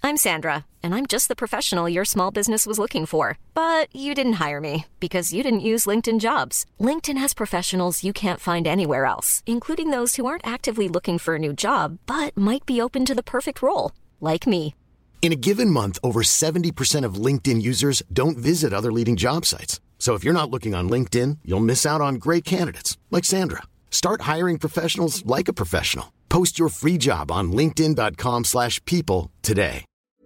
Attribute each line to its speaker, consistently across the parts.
Speaker 1: I'm Sandra, and I'm just the professional your small business was looking for. But you didn't hire me because you didn't use LinkedIn Jobs. LinkedIn has professionals you can't find anywhere else, including those who aren't actively looking for a new job, but might be open to the perfect role, like me.
Speaker 2: In a given month, over 70% of LinkedIn users don't visit other leading job sites. So if you're not looking on LinkedIn, you'll miss out on great candidates like Sandra. Start hiring professionals like a professional. Post your free job on linkedin.com/people today.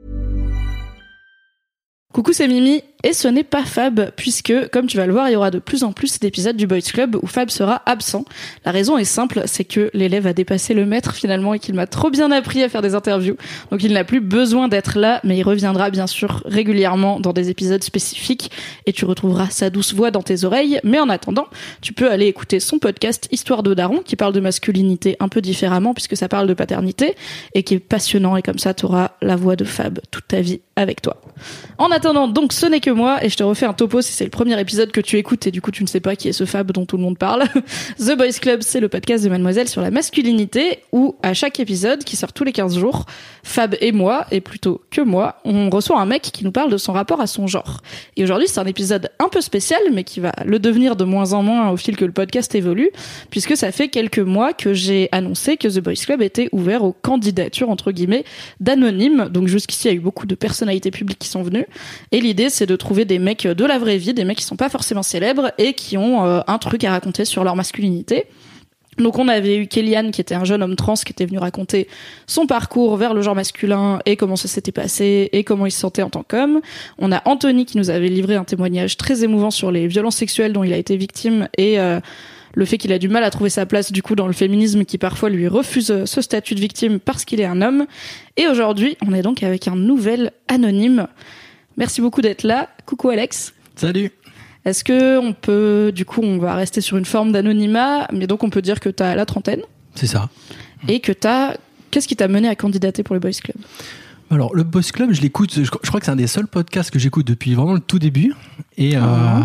Speaker 3: Coucou, c'est Mimi, et ce n'est pas Fab, puisque, comme tu vas le voir, il y aura de plus en plus d'épisodes du Boys Club où Fab sera absent. La raison est simple, c'est que l'élève a dépassé le maître finalement et qu'il m'a trop bien appris à faire des interviews. Donc il n'a plus besoin d'être là, mais il reviendra bien sûr régulièrement dans des épisodes spécifiques et tu retrouveras sa douce voix dans tes oreilles. Mais en attendant, tu peux aller écouter son podcast Histoire de Daron, qui parle de masculinité un peu différemment puisque ça parle de paternité et qui est passionnant, et comme ça tu auras la voix de Fab toute ta vie avec toi. En attendant, donc, ce n'est que moi, et je te refais un topo si c'est le premier épisode que tu écoutes et du coup tu ne sais pas qui est ce Fab dont tout le monde parle. The Boys Club, c'est le podcast de Mademoiselle sur la masculinité où, à chaque épisode, qui sort tous les 15 jours, Fab et moi, et plutôt que moi, on reçoit un mec qui nous parle de son rapport à son genre. Et aujourd'hui, c'est un épisode un peu spécial, mais qui va le devenir de moins en moins au fil que le podcast évolue, puisque ça fait quelques mois que j'ai annoncé que The Boys Club était ouvert aux candidatures, entre guillemets, d'anonymes. Donc jusqu'ici, il y a eu beaucoup de personnalités publiques qui sont venues. Et l'idée, c'est de trouver des mecs de la vraie vie, des mecs qui sont pas forcément célèbres et qui ont un truc à raconter sur leur masculinité. Donc on avait eu Kélian, qui était un jeune homme trans, qui était venu raconter son parcours vers le genre masculin et comment ça s'était passé et comment il se sentait en tant qu'homme. On a Anthony qui nous avait livré un témoignage très émouvant sur les violences sexuelles dont il a été victime et le fait qu'il a du mal à trouver sa place du coup dans le féminisme qui parfois lui refuse ce statut de victime parce qu'il est un homme. Et aujourd'hui, on est donc avec un nouvel anonyme. Merci beaucoup d'être là. Coucou Alex.
Speaker 4: Salut.
Speaker 3: Est-ce que on peut, du coup, on va rester sur une forme d'anonymat, mais donc on peut dire que t'as la trentaine.
Speaker 4: C'est ça.
Speaker 3: Et que qu'est-ce qui t'a mené à candidater pour le Boys Club ?
Speaker 4: Alors, le Boys Club, je l'écoute, je crois que c'est un des seuls podcasts que j'écoute depuis vraiment le tout début. Et,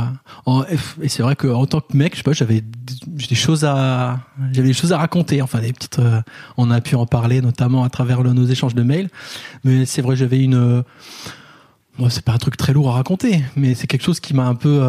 Speaker 4: et c'est vrai qu'en tant que mec, je sais pas, j'avais des choses à raconter. Enfin, des petites, on a pu en parler notamment à travers nos échanges de mails. Mais c'est vrai, j'avais bon, c'est pas un truc très lourd à raconter, mais c'est quelque chose qui m'a un peu,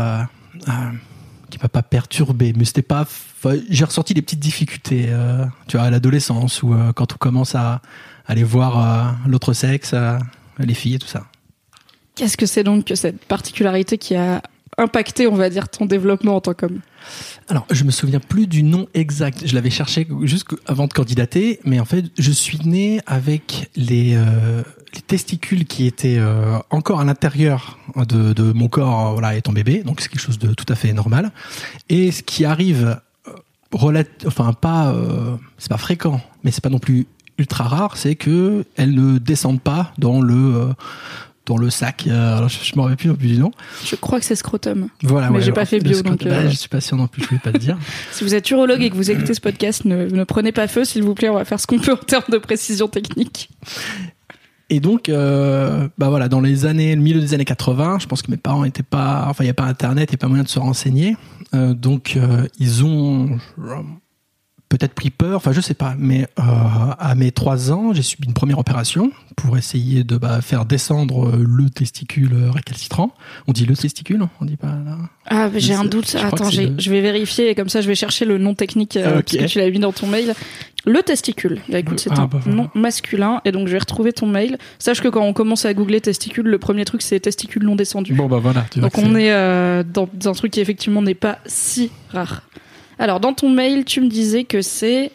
Speaker 4: qui m'a pas perturbé. Mais c'était pas, j'ai ressorti des petites difficultés, tu vois, à l'adolescence ou quand on commence à aller voir l'autre sexe, les filles et tout ça.
Speaker 3: Qu'est-ce que c'est donc que cette particularité qui a impacté, on va dire, ton développement en tant qu'homme ?
Speaker 4: Alors, je me souviens plus du nom exact. Je l'avais cherché juste avant de candidater, mais en fait, je suis né avec les testicules qui étaient encore à l'intérieur de mon corps, voilà, étant bébé. Donc, c'est quelque chose de tout à fait normal. Et ce qui arrive, c'est pas fréquent, mais c'est pas non plus ultra rare, c'est que elles ne descendent pas dans le sac. Alors je me rappelle plus non plus du nom.
Speaker 3: Je crois que c'est scrotum.
Speaker 4: Voilà,
Speaker 3: mais j'ai pas fait bio, donc.
Speaker 4: Je suis pas sûr non plus. Je voulais pas te dire.
Speaker 3: Si vous êtes urologue et que vous écoutez ce podcast, ne prenez pas feu, s'il vous plaît. On va faire ce qu'on peut en termes de précision technique.
Speaker 4: Et donc, voilà, dans le milieu des années 80, je pense que mes parents étaient pas, enfin, il y a pas Internet, il y a pas moyen de se renseigner. Donc, ils ont peut-être pris peur, enfin je sais pas, mais à mes 3 ans, j'ai subi une première opération pour essayer de faire descendre le testicule récalcitrant. On dit le testicule, on dit pas là.
Speaker 3: Ah, j'ai un doute. Attends, je vais vérifier et comme ça je vais chercher le nom technique parce que tu l'as mis dans ton mail. Le testicule. Là, écoute, c'est un nom masculin et donc je vais retrouver ton mail. Sache que quand on commence à googler testicule, le premier truc c'est testicule non descendu.
Speaker 4: Bon voilà.
Speaker 3: Donc on est dans un truc qui effectivement n'est pas si rare. Alors, dans ton mail, tu me disais que c'est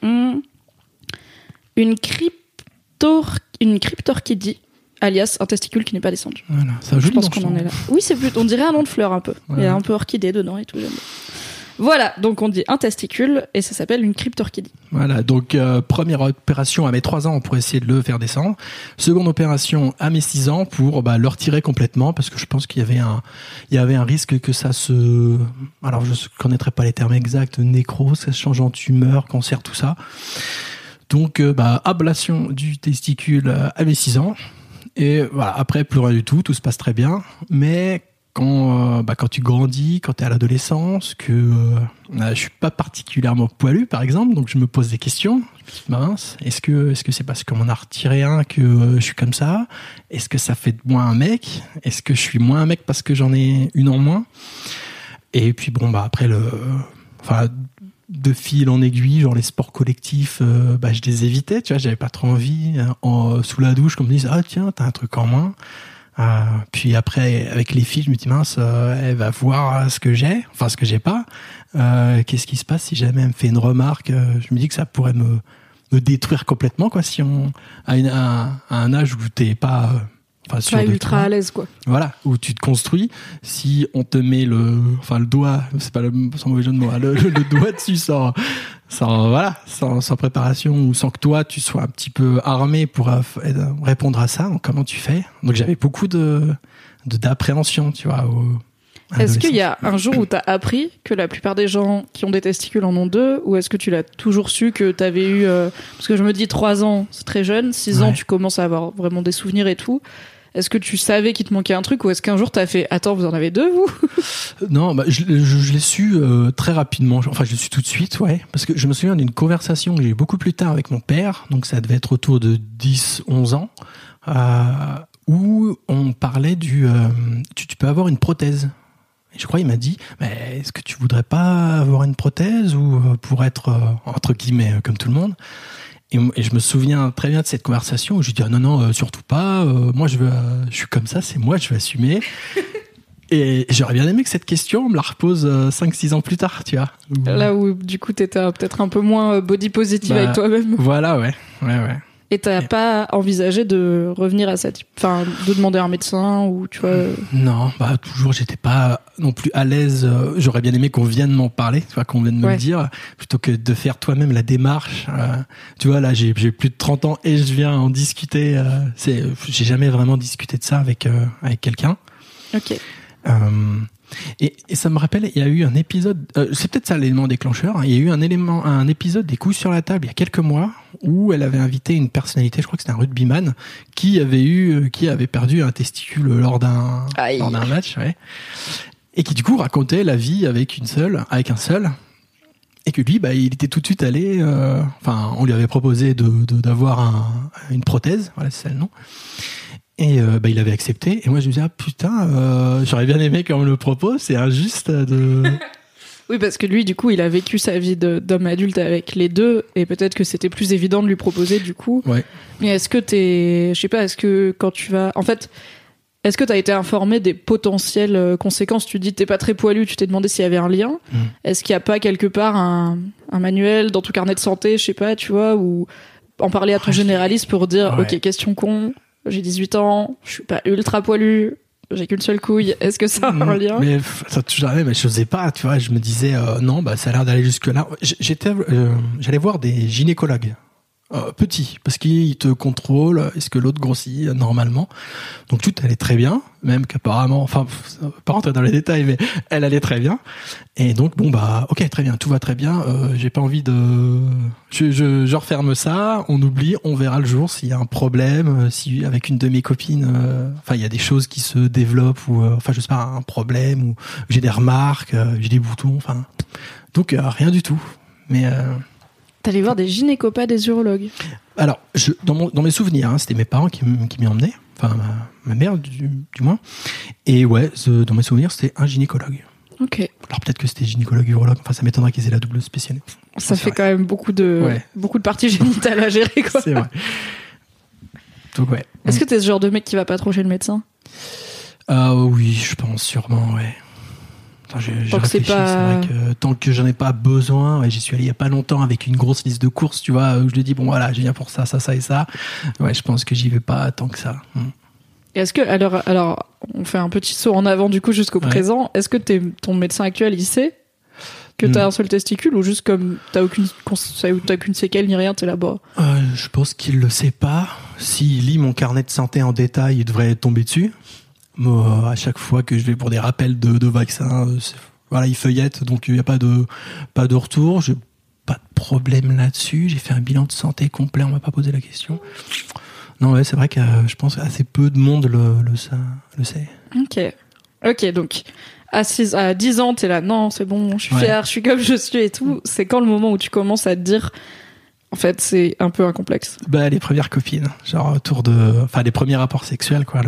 Speaker 3: une cryptorchidie, alias un testicule qui n'est pas descendu.
Speaker 4: Voilà, ça
Speaker 3: je pense qu'on en est là. Oui, on dirait un nom de fleur un peu. Ouais. Il y a un peu orchidée dedans et tout. J'aime bien. Voilà, donc on dit un testicule et ça s'appelle une cryptorchidie. Voilà, donc
Speaker 4: première opération à mes 3 ans pour essayer de le faire descendre. Seconde opération à mes 6 ans pour le retirer complètement parce que je pense qu'il y avait un risque que ça se... Alors je ne connaîtrais pas les termes exacts, nécrose, ça se change en tumeur, cancer, tout ça. Donc ablation du testicule à mes 6 ans. Et voilà, après plus rien du tout se passe très bien. Mais quand tu grandis, quand tu es à l'adolescence, que je suis pas particulièrement poilu, par exemple, donc je me pose des questions. Je me dis, mince, est-ce que c'est parce qu'on m'en a retiré un que je suis comme ça? Est-ce que ça fait de moi un mec? Est-ce que je suis moins un mec parce que j'en ai une en moins? Et puis après de fil en aiguille, genre les sports collectifs, je les évitais, tu vois, j'avais pas trop envie. Sous la douche, qu'on me dise, ah tiens, t'as un truc en moins. Puis après, avec les filles, je me dis, mince, elle va voir ce que j'ai pas. Qu'est-ce qui se passe si jamais elle me fait une remarque? Je me dis que ça pourrait me détruire complètement, quoi, si on à un âge où t'es pas sûr de
Speaker 3: ultra
Speaker 4: toi.
Speaker 3: à l'aise, quoi.
Speaker 4: Voilà, où tu te construis. Si on te met le doigt, c'est pas sans mauvais jeu de mots, le doigt dessus sans préparation, ou sans que toi tu sois un petit peu armé pour répondre à ça. Donc comment tu fais? Donc j'avais beaucoup d'appréhension, tu vois.
Speaker 3: Est-ce qu'il y a un jour où t'as appris que la plupart des gens qui ont des testicules en ont deux, ou est-ce que tu l'as toujours su que t'avais eu parce que je me dis 3 ans c'est très jeune, 6 ans tu commences à avoir vraiment des souvenirs et tout. Est-ce que tu savais qu'il te manquait un truc, ou est-ce qu'un jour t'as fait attends, vous en avez 2 vous?
Speaker 4: Non, je l'ai su très rapidement. Enfin, je l'ai su tout de suite, ouais, parce que je me souviens d'une conversation que j'ai eu beaucoup plus tard avec mon père. Donc ça devait être autour de 10-11 ans, où on parlait tu peux avoir une prothèse. Et je crois il m'a dit, mais est-ce que tu voudrais pas avoir une prothèse, ou pour être entre guillemets comme tout le monde? Et je me souviens très bien de cette conversation où je dis non, surtout pas, moi je suis comme ça, c'est moi, je vais assumer. Et j'aurais bien aimé que cette question on me la repose 5-6 ans plus tard, tu vois.
Speaker 3: Là où du coup t'étais peut-être un peu moins body positive avec toi-même.
Speaker 4: Voilà, ouais.
Speaker 3: Et t'as pas envisagé de revenir à de demander à un médecin, ou tu vois?
Speaker 4: Non, toujours j'étais pas non plus à l'aise. J'aurais bien aimé qu'on vienne m'en parler, tu vois, qu'on vienne me le dire, plutôt que de faire toi-même la démarche. Tu vois, là j'ai plus de 30 ans et je viens en discuter. J'ai jamais vraiment discuté de ça avec quelqu'un.
Speaker 3: Ok.
Speaker 4: Et ça me rappelle, il y a eu un épisode, c'est peut-être ça l'élément déclencheur, il y a eu un épisode des couilles sur la table il y a quelques mois, où elle avait invité une personnalité, je crois que c'était un rugbyman, qui avait perdu un testicule lors d'un match, ouais. Et qui du coup racontait la vie avec un seul, et que lui, il était tout de suite allé, on lui avait proposé d'avoir une prothèse, voilà, c'est ça le nom. Et il avait accepté, et moi je me disais putain, j'aurais bien aimé qu'on me le propose, c'est injuste de...
Speaker 3: Oui, parce que lui du coup il a vécu sa vie d'homme adulte avec les deux, et peut-être que c'était plus évident de lui proposer du coup.
Speaker 4: Ouais.
Speaker 3: Mais est-ce que quand tu vas, en fait, est-ce que t'as été informé des potentielles conséquences? Tu dis t'es pas très poilu, tu t'es demandé s'il y avait un lien. Est-ce qu'il y a pas quelque part un manuel dans ton carnet de santé, je sais pas, tu vois, ou en parler à ton généraliste pour dire ok, question con, j'ai 18 ans, je suis pas ultra poilu, j'ai qu'une seule couille, est-ce que ça a un lien?
Speaker 4: Mais ça toujours arrivé, mais je osais pas, tu vois, je me disais non, ça a l'air d'aller jusque là. J'allais voir des gynécologues petits, parce qu'ils te contrôlent, est-ce que l'autre grossit normalement. Donc tout allait très bien, même qu'apparemment, pas rentrer dans les détails, mais elle allait très bien. Et donc ok, très bien, tout va très bien, j'ai pas envie je referme ça, on oublie, on verra le jour s'il y a un problème, si avec une de mes copines, il y a des choses qui se développent, ou je sais pas, un problème, ou j'ai des remarques, j'ai des boutons, donc rien du tout. Mais
Speaker 3: t'allais voir des gynécos, pas des urologues?
Speaker 4: Alors, dans mes souvenirs, c'était mes parents qui m'y emmenaient, ma mère du moins. Et ouais, dans mes souvenirs, c'était un gynécologue.
Speaker 3: Ok.
Speaker 4: Alors peut-être que c'était gynécologue, urologue. Ça m'étonnerait qu'ils aient la double spécialité.
Speaker 3: Ça fait quand même beaucoup de parties génitales à gérer, quoi.
Speaker 4: C'est vrai. Donc ouais.
Speaker 3: Est-ce que t'es ce genre de mec qui va pas trop chez le médecin?
Speaker 4: Oui, je pense sûrement, ouais. J'ai réfléchi, c'est vrai que tant que j'en ai pas besoin, j'y suis allé il y a pas longtemps avec une grosse liste de courses, tu vois, où je lui dis voilà, je viens pour ça, ça, ça et ça. Ouais, je pense que j'y vais pas tant que ça.
Speaker 3: Et est-ce que alors on fait un petit saut en avant du coup jusqu'au présent, est-ce que ton médecin actuel il sait que t'as un seul testicule, ou juste comme t'as aucune séquelle ni rien, t'es là-bas?
Speaker 4: Je pense qu'il le sait pas. S'il lit mon carnet de santé en détail, il devrait tomber dessus. Moi, à chaque fois que je vais pour des rappels de vaccins, il feuillette, donc il n'y a pas de retour. J'ai pas de problème là-dessus. J'ai fait un bilan de santé complet, on m'a pas posé la question. Non, ouais, c'est vrai que je pense que assez peu de monde le sait.
Speaker 3: Ok. Ok, donc à 10 ans, t'es là, non, c'est bon, je suis fière, je suis comme je suis et tout. C'est quand le moment où tu commences à te dire, en fait, c'est un peu un complexe?
Speaker 4: Bah, les premières copines, genre autour les premiers rapports sexuels, quoi.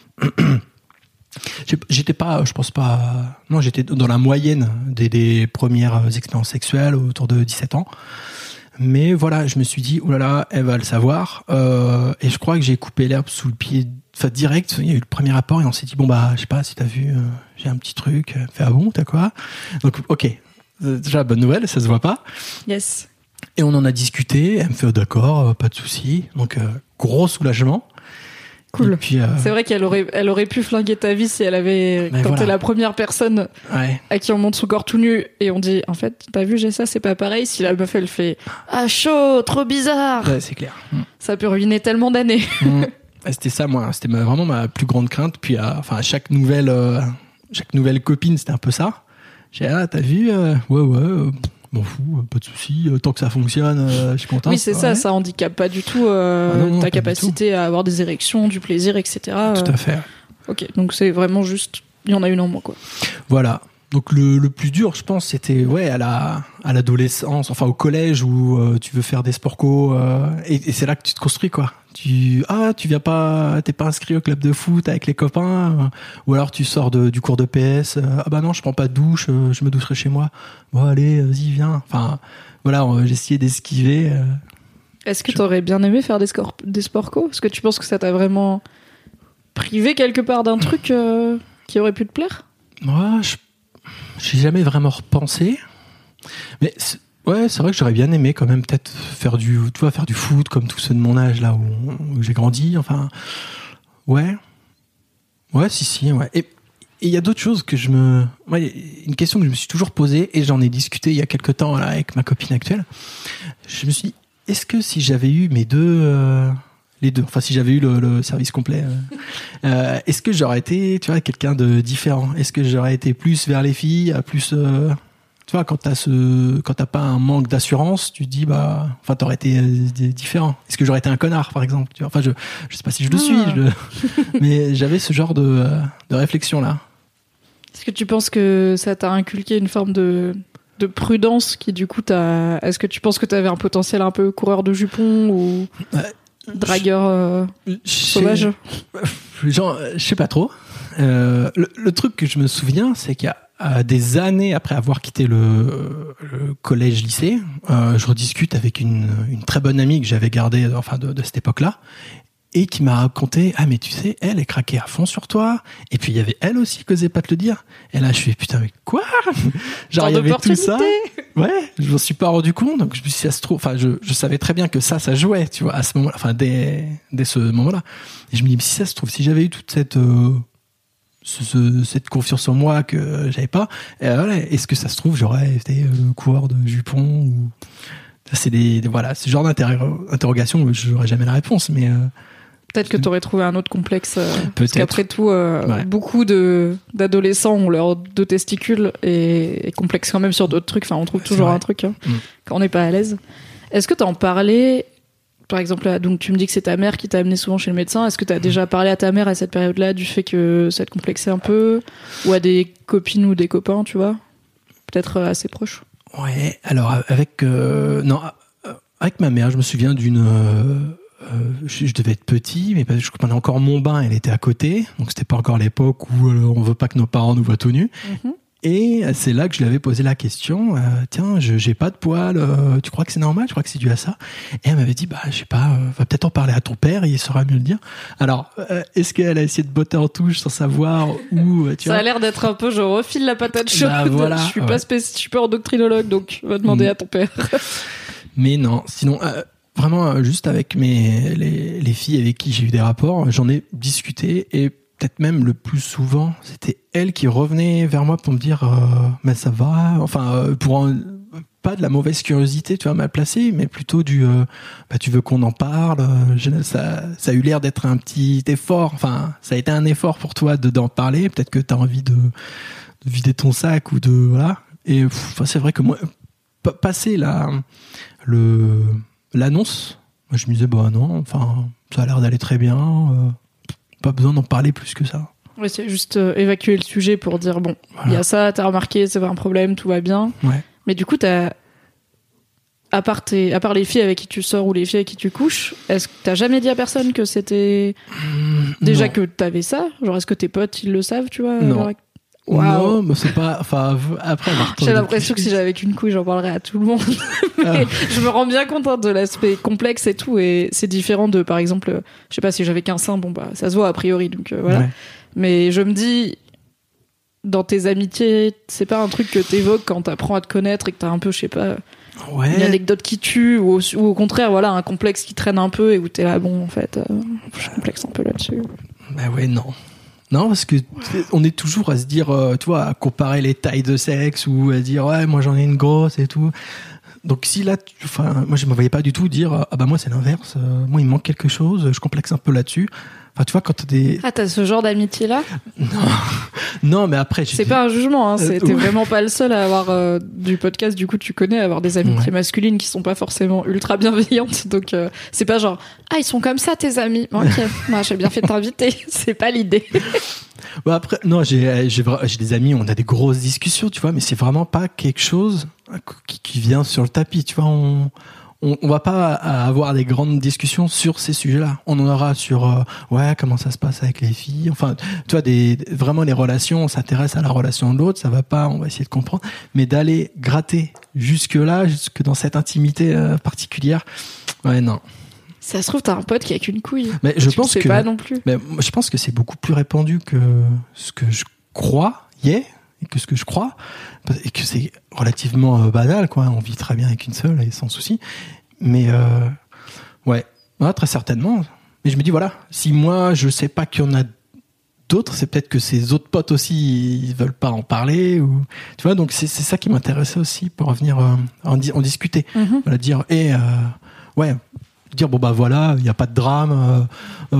Speaker 4: J'étais pas, je pense pas, non, j'étais dans la moyenne des premières expériences sexuelles autour de 17 ans. Mais voilà, je me suis dit, oh là là, elle va le savoir. Et je crois que j'ai coupé l'herbe sous le pied. Enfin, direct, il y a eu le premier rapport et on s'est dit, bon, bah, je sais pas si t'as vu, j'ai un petit truc. Elle fait, ah bon, t'as quoi? Donc, ok. Déjà, bonne nouvelle, ça se voit pas.
Speaker 3: Yes.
Speaker 4: Et on en a discuté. Elle me fait, oh, d'accord, pas de souci. Donc, gros soulagement.
Speaker 3: Cool.
Speaker 4: Et puis,
Speaker 3: c'est vrai qu'elle aurait pu flinguer ta vie si elle avait, quand t'es la première personne à qui on montre son corps tout nu et on dit, en fait, t'as vu, j'ai ça, c'est pas pareil. Si la meuf, elle fait, ah, chaud, trop bizarre.
Speaker 4: Ouais, c'est clair.
Speaker 3: Ça peut ruiner tellement d'années.
Speaker 4: C'était ça, moi. C'était vraiment ma plus grande crainte. Puis, à chaque nouvelle copine, c'était un peu ça. J'ai dit, ah, t'as vu, ouais, m'en fous, pas de souci, tant que ça fonctionne, je suis content.
Speaker 3: Oui, c'est ça, ça handicape pas du tout ta capacité à avoir des érections, du plaisir, etc.
Speaker 4: Tout à fait.
Speaker 3: Ok, donc c'est vraiment juste, il y en a une en moins, quoi.
Speaker 4: Voilà. Donc le plus dur, je pense, c'était à l'adolescence, enfin au collège où tu veux faire des sports co et c'est là que tu te construis, quoi. Tu viens pas, t'es pas inscrit au club de foot avec les copains, ou alors tu sors du cours de PS. Ah bah non, je prends pas de douche, je me doucherai chez moi. Bon allez, vas-y viens. Enfin voilà, j'ai essayé d'esquiver.
Speaker 3: Est-ce que t'aurais bien aimé faire des sports co? Est-ce que tu penses que ça t'a vraiment privé quelque part d'un truc qui aurait pu te plaire?
Speaker 4: Moi, j'ai jamais vraiment repensé, mais c'est vrai que j'aurais bien aimé quand même peut-être faire du foot comme tous ceux de mon âge là où j'ai grandi. Enfin, si. Et il y a d'autres choses que une question que je me suis toujours posée et j'en ai discuté il y a quelque temps là, avec ma copine actuelle. Je me suis dit, est-ce que si j'avais eu les deux, enfin si j'avais eu le service complet, est-ce que j'aurais été, tu vois, quelqu'un de différent? Est-ce que j'aurais été plus vers les filles, plus, tu vois, quand t'as pas un manque d'assurance, tu te dis t'aurais été différent. Est-ce que j'aurais été un connard, par exemple? Tu vois, enfin, je sais pas si je le suis, mais j'avais ce genre de réflexion là.
Speaker 3: Est-ce que tu penses que ça t'a inculqué une forme de prudence qui du coup est-ce que tu penses que t'avais un potentiel un peu coureur de jupons ou dragueur sauvage?
Speaker 4: Genre, je sais pas trop. Le truc que je me souviens, c'est qu'il y a des années après avoir quitté le collège-lycée, je rediscute avec une très bonne amie que j'avais gardée de cette époque-là et qui m'a raconté, ah mais tu sais, elle est craquée à fond sur toi, et puis il y avait elle aussi qui osait pas te le dire, et là je suis putain mais quoi, genre il y avait tout ça, je m'en suis pas rendu compte, donc je me suis dit, ça se trouve, enfin je savais très bien que ça jouait, tu vois, à ce moment-là, enfin dès ce moment-là, et je me dis, si ça se trouve, si j'avais eu toute cette confiance en moi que j'avais pas, est-ce que ça se trouve j'aurais été le coureur de jupons ou... C'est ce genre d'interrogation où j'aurais jamais la réponse, mais
Speaker 3: peut-être que t'aurais trouvé un autre complexe, parce qu'après tout, beaucoup d'adolescents ont leurs 2 testicules et complexes quand même sur d'autres trucs. Enfin, on trouve toujours un truc quand on n'est pas à l'aise. Est-ce que t'en parlais, par exemple, donc tu me dis que c'est ta mère qui t'a amené souvent chez le médecin. Est-ce que t'as déjà parlé à ta mère à cette période-là du fait que ça te complexait un peu, ou à des copines ou des copains, tu vois, peut-être assez proches?
Speaker 4: Ouais, alors avec ma mère, je me souviens je devais être petit, mais je prenais encore mon bain, elle était à côté, donc c'était pas encore l'époque où on veut pas que nos parents nous voient tout nus. Et c'est là que je lui avais posé la question, tiens, j'ai pas de poils, tu crois que c'est normal? Je crois que c'est dû à ça. Et elle m'avait dit, je sais pas, va peut-être en parler à ton père, il saura mieux le dire. Alors, est-ce qu'elle a essayé de botter en touche sans savoir où, tu vois?
Speaker 3: Ça a l'air d'être un peu, je refile la patate chaude.
Speaker 4: Voilà,
Speaker 3: je suis pas endocrinologue, donc va demander à ton père.
Speaker 4: Mais non, sinon, vraiment, juste avec les filles avec qui j'ai eu des rapports, j'en ai discuté et peut-être même le plus souvent, c'était elle qui revenait vers moi pour me dire mais ça va, enfin pas de la mauvaise curiosité, tu vois, mal placée, mais plutôt du tu veux qu'on en parle, ça a eu l'air d'être un petit effort, enfin ça a été un effort pour toi d'en parler, peut-être que tu as envie de vider ton sac ou de voilà, et c'est vrai que moi passer l'annonce, moi je me disais non, enfin ça a l'air d'aller très bien, pas besoin d'en parler plus que ça.
Speaker 3: Ouais, c'est juste évacuer le sujet pour dire bon, il y a ça, t'as remarqué, c'est pas un problème, tout va bien.
Speaker 4: Ouais.
Speaker 3: Mais du coup, à part les filles avec qui tu sors ou les filles avec qui tu couches, est-ce que t'as jamais dit à personne que c'était déjà
Speaker 4: non.
Speaker 3: que t'avais ça? Genre, est-ce que tes potes ils le savent, tu vois?
Speaker 4: Non.
Speaker 3: Wow.
Speaker 4: Non, mais c'est pas. Enfin, après.
Speaker 3: J'ai l'impression que si j'avais qu'une couille, j'en parlerais à tout le monde. Mais je me rends bien compte de l'aspect complexe et tout, et c'est différent de, par exemple, je sais pas, si j'avais qu'un sein, bon bah ça se voit a priori, donc voilà. Ouais. Mais je me dis, dans tes amitiés, c'est pas un truc que t'évoques quand t'apprends à te connaître et que t'as un peu, je sais pas, une anecdote qui tue, ou au contraire, voilà, un complexe qui traîne un peu et où t'es là, bon, en fait, je complexe un peu là-dessus.
Speaker 4: Bah ouais, non. Non, parce que on est toujours à se dire, tu vois, à comparer les tailles de sexe ou à dire, ouais, moi j'en ai une grosse et tout. Donc si là, moi je me voyais pas du tout dire, ah bah moi c'est l'inverse, moi il me manque quelque chose, je complexe un peu là-dessus. Enfin, tu vois, quand t'as des...
Speaker 3: Ah, t'as ce genre d'amitié-là ?
Speaker 4: Non, mais après...
Speaker 3: C'est pas un jugement, hein, t'es vraiment pas le seul à avoir du podcast, du coup, tu connais, à avoir des amitiés masculines qui sont pas forcément ultra bienveillantes, donc c'est pas genre, ah, ils sont comme ça, tes amis. Ok, moi, j'ai bien fait de t'inviter, c'est pas l'idée.
Speaker 4: Bah après, non, j'ai des amis, on a des grosses discussions, tu vois, mais c'est vraiment pas quelque chose qui vient sur le tapis, tu vois, on va pas avoir des grandes discussions sur ces sujets-là. On en aura sur ouais, comment ça se passe avec les filles. Enfin, tu vois, vraiment les relations, on s'intéresse à la relation de l'autre, ça va pas, on va essayer de comprendre. Mais d'aller gratter jusque dans cette intimité particulière, ouais, non.
Speaker 3: Ça se trouve, t'as un pote qui a qu'une couille.
Speaker 4: Mais je pense
Speaker 3: que pas non plus.
Speaker 4: Mais je pense que c'est beaucoup plus répandu que ce que je crois et que ce que je crois, et que c'est relativement banal, quoi. On vit très bien avec une seule et sans souci. Mais ouais, très certainement. Mais je me dis, voilà, si moi je sais pas qu'il y en a d'autres, c'est peut-être que ces autres potes aussi ils veulent pas en parler, ou tu vois. Donc c'est ça qui m'intéressait aussi pour revenir en discuter, voilà, dire ouais, dire bon bah voilà, il y a pas de drame.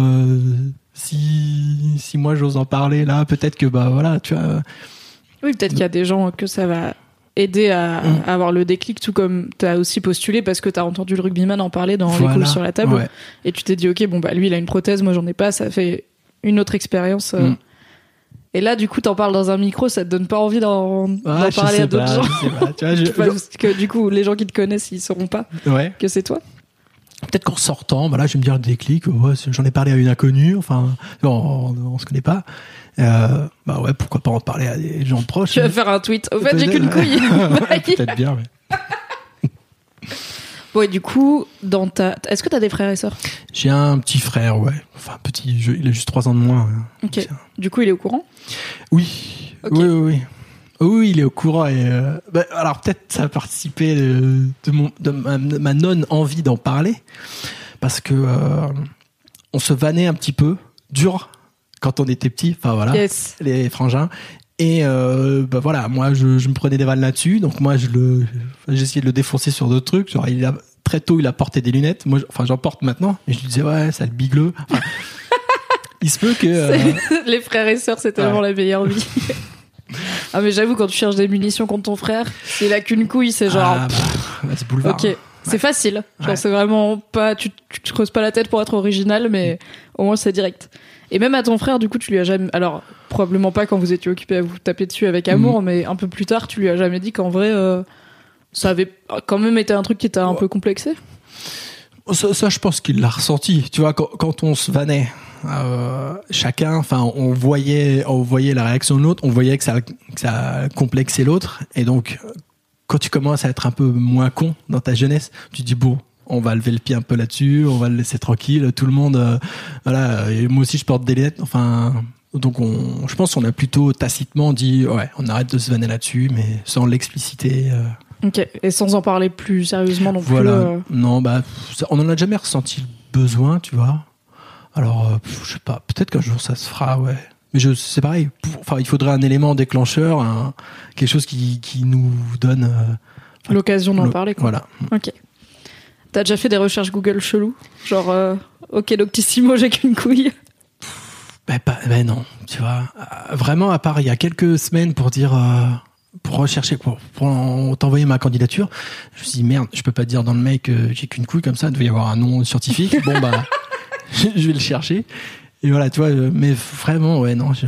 Speaker 4: Si moi j'ose en parler là, peut-être que bah voilà, tu vois.
Speaker 3: Oui, peut-être qu'il y a des gens que ça va aider à avoir le déclic, tout comme t'as aussi postulé parce que t'as entendu le rugbyman en parler dans Les couilles sur la table, ouais. Et tu t'es dit ok, bon bah lui il a une prothèse, moi j'en ai pas, ça fait une autre expérience. Et là du coup t'en parles dans un micro, ça te donne pas envie d'en parler à d'autres gens. Tu vois, parce que du coup les gens qui te connaissent ils sauront pas que c'est toi.
Speaker 4: Peut-être qu'en sortant, bah là, je vais me dire le déclic. Ouais, j'en ai parlé à une inconnue. Enfin, on se connaît pas. Bah ouais, pourquoi pas en parler à des gens proches.
Speaker 3: Tu vas faire un tweet. Au fait, j'ai qu'une couille.
Speaker 4: Peut-être bien, mais.
Speaker 3: Bon, et du coup, est-ce que t'as des frères et sœurs ?
Speaker 4: J'ai un petit frère, ouais. Enfin, il a juste 3 ans de moins.
Speaker 3: Ok. Du coup, il est au courant ?
Speaker 4: Oui. Okay. Oui. Oui, il est au courant et alors peut-être ça a participé de ma non-envie d'en parler, parce que on se vannait un petit peu dur quand on était petit, enfin voilà, les frangins, et voilà, moi je me prenais des vannes là-dessus, donc moi j'essayais de le défoncer sur d'autres trucs, genre très tôt il a porté des lunettes, moi j'en porte maintenant, et je lui disais ouais, ça le bigleux. Enfin, il se peut que
Speaker 3: les frères et sœurs c'est tellement la meilleure vie. Ah mais j'avoue, quand tu cherches des munitions contre ton frère, s'il a qu'une couille, c'est genre
Speaker 4: c'est boulevard.
Speaker 3: Ok, c'est facile. Genre c'est vraiment pas, tu te creuses pas la tête pour être original, mais au moins c'est direct. Et même à ton frère, du coup, tu lui as jamais, alors probablement pas quand vous étiez occupés à vous taper dessus avec amour, mais un peu plus tard, tu lui as jamais dit qu'en vrai ça avait quand même été un truc qui t'a un peu complexé.
Speaker 4: Ça, je pense qu'il l'a ressenti. Tu vois, quand on se vannait, chacun, enfin, on voyait la réaction de l'autre, on voyait que ça complexait l'autre, et donc quand tu commences à être un peu moins con dans ta jeunesse, tu te dis bon, on va lever le pied un peu là-dessus, on va le laisser tranquille, tout le monde, voilà. Et moi aussi, je porte des lunettes, enfin. Donc je pense qu'on a plutôt tacitement dit ouais, on arrête de se vanner là-dessus, mais sans l'expliciter.
Speaker 3: Ok, et sans en parler plus sérieusement non plus.
Speaker 4: Voilà. Non, bah, on en a jamais ressenti le besoin, tu vois. Alors, je sais pas, peut-être qu'un jour ça se fera, ouais. Mais c'est pareil. Enfin, il faudrait un élément déclencheur, quelque chose qui nous donne
Speaker 3: l'occasion d'en parler, quoi.
Speaker 4: Voilà.
Speaker 3: Ok. T'as déjà fait des recherches Google chelou, genre ok doctissimo, j'ai qu'une couille.
Speaker 4: Ben non, tu vois. Vraiment, à part il y a quelques semaines pour dire. Pour rechercher, pour t'envoyer ma candidature, je me suis dit merde, je peux pas dire dans le mail que j'ai qu'une couille comme ça, il devait y avoir un nom scientifique. Bon bah, je vais le chercher. Et voilà, tu vois, mais vraiment, ouais, non,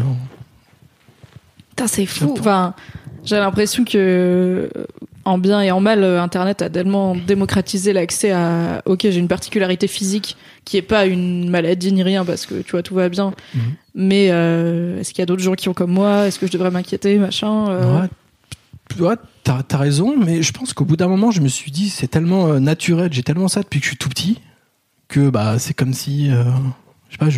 Speaker 3: Putain, c'est fou. Enfin, j'ai l'impression que, en bien et en mal, Internet a tellement démocratisé l'accès à, ok, j'ai une particularité physique qui est pas une maladie ni rien parce que, tu vois, tout va bien. Mais, est-ce qu'il y a d'autres gens qui ont comme moi? Est-ce que je devrais m'inquiéter, machin?
Speaker 4: Ouais, t'as raison, mais je pense qu'au bout d'un moment, je me suis dit, c'est tellement naturel, j'ai tellement ça depuis que je suis tout petit, que bah, c'est comme si, je sais pas,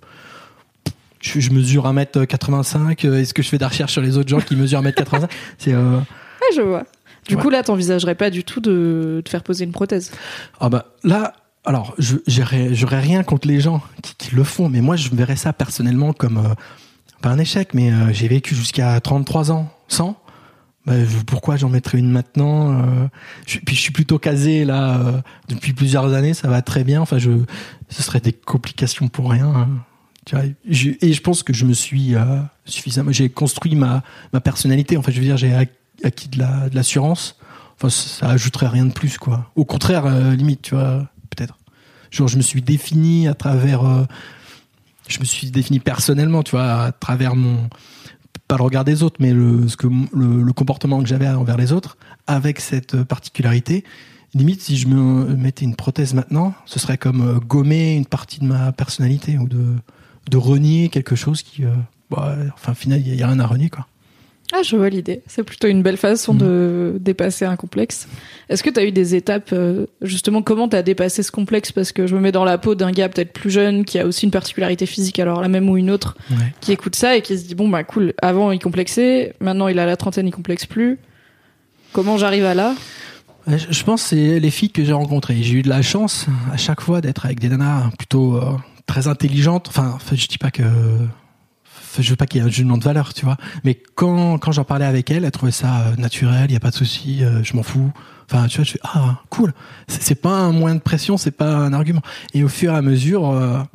Speaker 4: je mesure 1m85, est-ce que je fais des recherches sur les autres gens qui mesurent 1m85? C'est,
Speaker 3: Ah, je vois. Du coup, là, t'envisagerais pas du tout de te faire poser une prothèse?
Speaker 4: Ah bah, là, alors, j'aurais rien contre les gens qui le font, mais moi, je verrais ça personnellement comme, pas un échec, mais j'ai vécu jusqu'à 33 ans sans. Bah, pourquoi j'en mettrais une maintenant? Puis je suis plutôt casé là depuis plusieurs années, ça va très bien. Enfin, ce serait des complications pour rien. Hein. Tu vois, et je pense que je me suis suffisamment. J'ai construit ma personnalité. Enfin, je veux dire, j'ai acquis de l'assurance. Enfin, ça ajouterait rien de plus, quoi. Au contraire, limite, tu vois, peut-être. Genre, je me suis défini à travers. Je me suis défini personnellement, tu vois, à travers pas le regard des autres, mais le comportement que j'avais envers les autres, avec cette particularité. Limite, si je me mettais une prothèse maintenant, ce serait comme gommer une partie de ma personnalité ou de renier quelque chose qui, enfin, au final, il y a rien à renier, quoi.
Speaker 3: Ah, je vois l'idée. C'est plutôt une belle façon de dépasser un complexe. Est-ce que tu as eu des étapes, justement, comment tu as dépassé ce complexe? Parce que je me mets dans la peau d'un gars peut-être plus jeune, qui a aussi une particularité physique, alors la même ou une autre, qui écoute ça et qui se dit, bon, bah cool, avant il complexait, maintenant il a la trentaine, il complexe plus. Comment j'arrive à là?
Speaker 4: Je pense que c'est les filles que j'ai rencontrées. J'ai eu de la chance à chaque fois d'être avec des nanas plutôt très intelligentes. Enfin, je dis pas que... Je veux pas qu'il y ait un jugement de valeur, tu vois. Mais quand j'en parlais avec elle trouvait ça naturel, il y a pas de souci, je m'en fous. Enfin, tu vois, je fais ah cool. C'est pas un moyen de pression, c'est pas un argument. Et au fur et à mesure,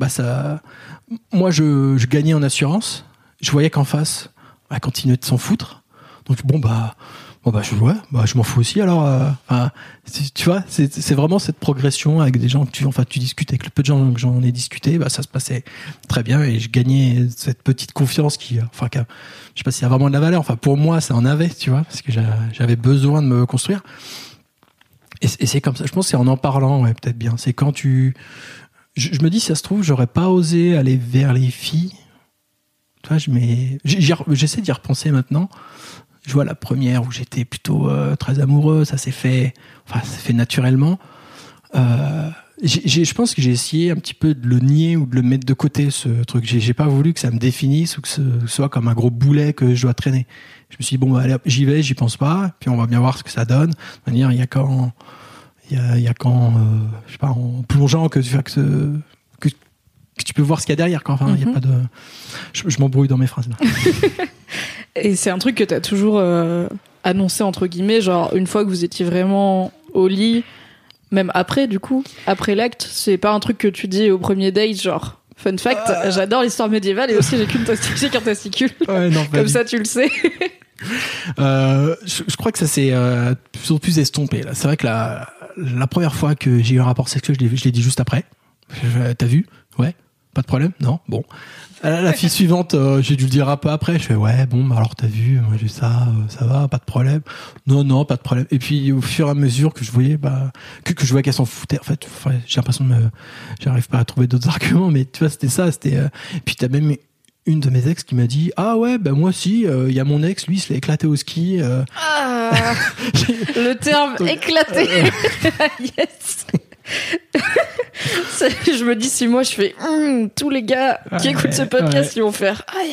Speaker 4: moi je gagnais en assurance. Je voyais qu'en face, elle continuait de s'en foutre. Donc je m'en fous aussi. Alors, tu vois, c'est vraiment cette progression avec des gens que tu discutes avec le peu de gens que j'en ai discuté, ça se passait très bien et je gagnais cette petite confiance je sais pas s'il y a vraiment de la valeur. Enfin, pour moi, ça en avait, tu vois, parce que j'avais besoin de me construire. Et c'est comme ça. Je pense que c'est en parlant, ouais, peut-être bien. C'est quand je me dis, si ça se trouve, j'aurais pas osé aller vers les filles. Tu vois, j'essaie d'y repenser maintenant. Je vois la première où j'étais plutôt très amoureux, ça s'est fait naturellement. Je pense que j'ai essayé un petit peu de le nier ou de le mettre de côté, ce truc. J'ai pas voulu que ça me définisse ou que ce soit comme un gros boulet que je dois traîner. Je me suis dit, bon, allez, j'y vais, j'y pense pas, puis on va bien voir ce que ça donne. De toute manière, il y a qu'en je sais pas, en plongeant que tu peux voir ce qu'il y a derrière, quoi. Enfin, il y a pas de... Je m'embrouille dans mes phrases, là.
Speaker 3: Et c'est un truc que t'as toujours annoncé, entre guillemets, genre une fois que vous étiez vraiment au lit, même après, du coup, après l'acte, c'est pas un truc que tu dis au premier date, genre, fun fact, j'adore l'histoire médiévale et aussi j'ai qu'un testicule. Ouais, non, comme ça, tu le sais.
Speaker 4: Je crois que ça s'est plus estompé, là. C'est vrai que la première fois que j'ai eu un rapport sexuel, je l'ai dit juste après. T'as vu? Ouais. Pas de problème? Non? Bon. La fille suivante, j'ai dû le dire un peu après. Je fais, ouais, bon, bah alors t'as vu, moi j'ai ça va, pas de problème. Non, pas de problème. Et puis, au fur et à mesure que je voyais, que je voyais qu'elle s'en foutait, en fait, j'ai l'impression j'arrive pas à trouver d'autres arguments, mais tu vois, c'était ça, Et puis t'as même une de mes ex qui m'a dit, ah ouais, moi aussi, il y a mon ex, lui, il se l'est éclaté au ski.
Speaker 3: Le terme éclaté. Yes. Je me dis, si moi je fais tous les gars qui écoutent ce podcast ils vont faire aïe.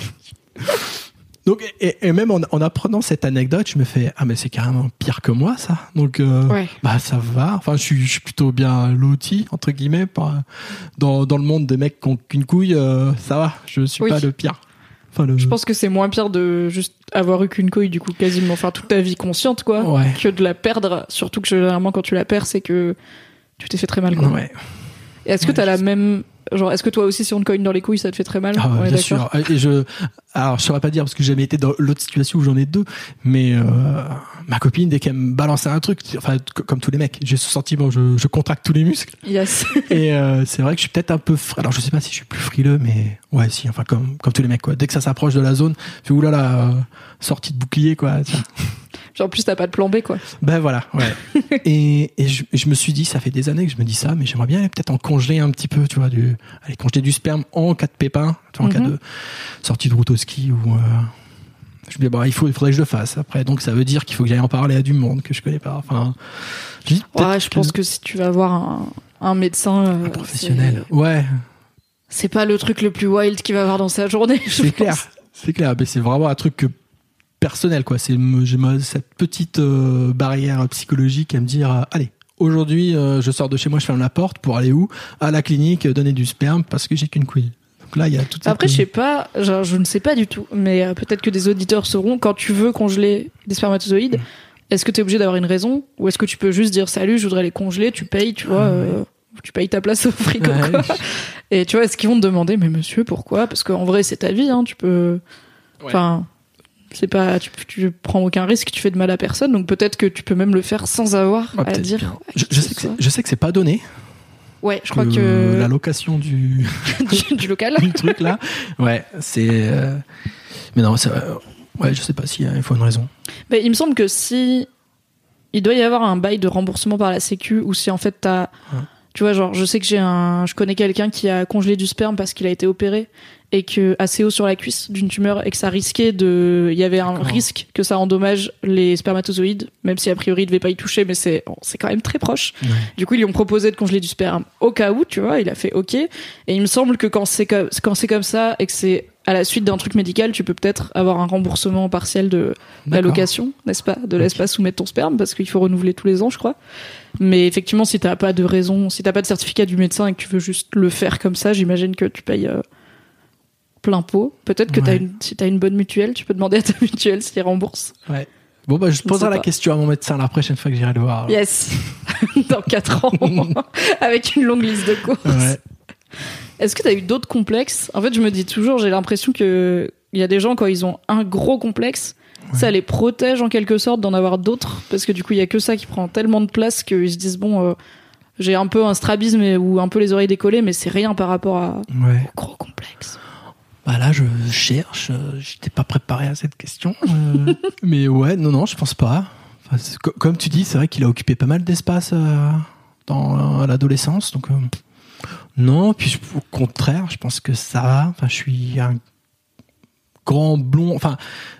Speaker 4: Donc et même en apprenant cette anecdote, je me fais mais c'est carrément pire que moi ça. Donc ça va. Enfin je suis plutôt bien loti entre guillemets dans le monde des mecs qui ont qu'une couille, ça va. Je suis pas le pire. Je pense
Speaker 3: que c'est moins pire de juste avoir eu qu'une couille du coup quasiment toute ta vie consciente quoi, que de la perdre. Surtout que généralement quand tu la perds c'est que tu t'es fait très mal quoi. Ouais. Est-ce que t'as la même... Genre, est-ce que toi aussi, si on te cogne dans les couilles, ça te fait très mal?
Speaker 4: Ah, bien sûr. Et alors, je saurais pas dire parce que j'ai jamais été dans l'autre situation où j'en ai deux, mais ma copine, dès qu'elle me balançait un truc, enfin, comme tous les mecs, j'ai ce sentiment, je contracte tous les muscles.
Speaker 3: Yes.
Speaker 4: Et c'est vrai que je suis peut-être un peu alors je sais pas si je suis plus frileux, mais ouais, si, enfin, comme tous les mecs, quoi. Dès que ça s'approche de la zone, je fais oulala, sortie de bouclier, quoi.
Speaker 3: Genre, en plus, t'as pas de plan B, quoi.
Speaker 4: Ben voilà, ouais. et je me suis dit, ça fait des années que je me dis ça, mais j'aimerais bien aller peut-être en congeler un petit peu, tu vois, aller congeler du sperme en cas de pépin, tu vois, en cas de sortie de route au ski ou je me dis, il faudrait que je le fasse après, donc ça veut dire qu'il faut que j'aille en parler à du monde que je connais pas, enfin.
Speaker 3: Je pense que si tu vas voir un médecin,
Speaker 4: un professionnel, ouais.
Speaker 3: C'est pas le truc le plus wild qu'il va avoir dans sa journée,
Speaker 4: c'est clair, mais c'est vraiment un truc personnel, quoi. J'ai cette petite barrière psychologique à me dire, allez, aujourd'hui, je sors de chez moi, je ferme la porte pour aller où? À la clinique, donner du sperme parce que j'ai qu'une couille. Donc là, il y a tout.
Speaker 3: Après, je sais pas, je ne sais pas du tout, mais peut-être que des auditeurs sauront, quand tu veux congeler des spermatozoïdes, est-ce que t'es obligé d'avoir une raison? Ou est-ce que tu peux juste dire, salut, je voudrais les congeler, tu payes, tu vois, tu payes ta place au frigo, quoi. Et tu vois, est-ce qu'ils vont te demander, mais monsieur, pourquoi? Parce qu'en vrai, c'est ta vie, hein, tu peux, enfin, c'est pas, tu prends aucun risque, tu fais de mal à personne, donc peut-être que tu peux même le faire sans avoir à dire.
Speaker 4: Je sais que c'est pas donné.
Speaker 3: Ouais, je crois que
Speaker 4: la location du
Speaker 3: local,
Speaker 4: du truc là, ouais, c'est. Mais non, ouais, je sais pas s'il faut une raison.
Speaker 3: Mais il me semble que si il doit y avoir un bail de remboursement par la Sécu, ou si en fait t'as, tu vois, genre, je sais que je connais quelqu'un qui a congelé du sperme parce qu'il a été opéré et que assez haut sur la cuisse d'une tumeur et que ça risquait il y avait un risque que ça endommage les spermatozoïdes, même si a priori il devait pas y toucher, mais c'est quand même très proche. Ouais. Du coup, ils lui ont proposé de congeler du sperme au cas où, tu vois, il a fait OK. Et il me semble que quand c'est comme ça et que c'est à la suite d'un truc médical, tu peux peut-être avoir un remboursement partiel de la location, n'est-ce pas, de l'espace soumettre ton sperme parce qu'il faut renouveler tous les ans, je crois. Mais effectivement, si t'as pas de raison, si t'as pas de certificat du médecin et que tu veux juste le faire comme ça, j'imagine que tu payes plein pot. Peut-être que si t'as une bonne mutuelle, tu peux demander à ta mutuelle s'ils remboursent.
Speaker 4: Ouais. Bon, je poserai la question à mon médecin la prochaine fois que j'irai le voir.
Speaker 3: Yes. Dans 4 ans. Avec une longue liste de courses. Ouais. Est-ce que t'as eu d'autres complexes? En fait, je me dis toujours, j'ai l'impression que il y a des gens, quand ils ont un gros complexe, ça les protège en quelque sorte d'en avoir d'autres, parce que du coup, il y a que ça qui prend tellement de place qu'ils se disent, j'ai un peu un strabisme ou un peu les oreilles décollées, mais c'est rien par rapport au gros complexe.
Speaker 4: Bah là, je cherche. J'étais pas préparé à cette question. Mais ouais, non, je pense pas. Enfin, comme tu dis, c'est vrai qu'il a occupé pas mal d'espace dans l'adolescence. Donc, non, puis au contraire, je pense que ça va. Enfin, je suis un grand blond. Enfin,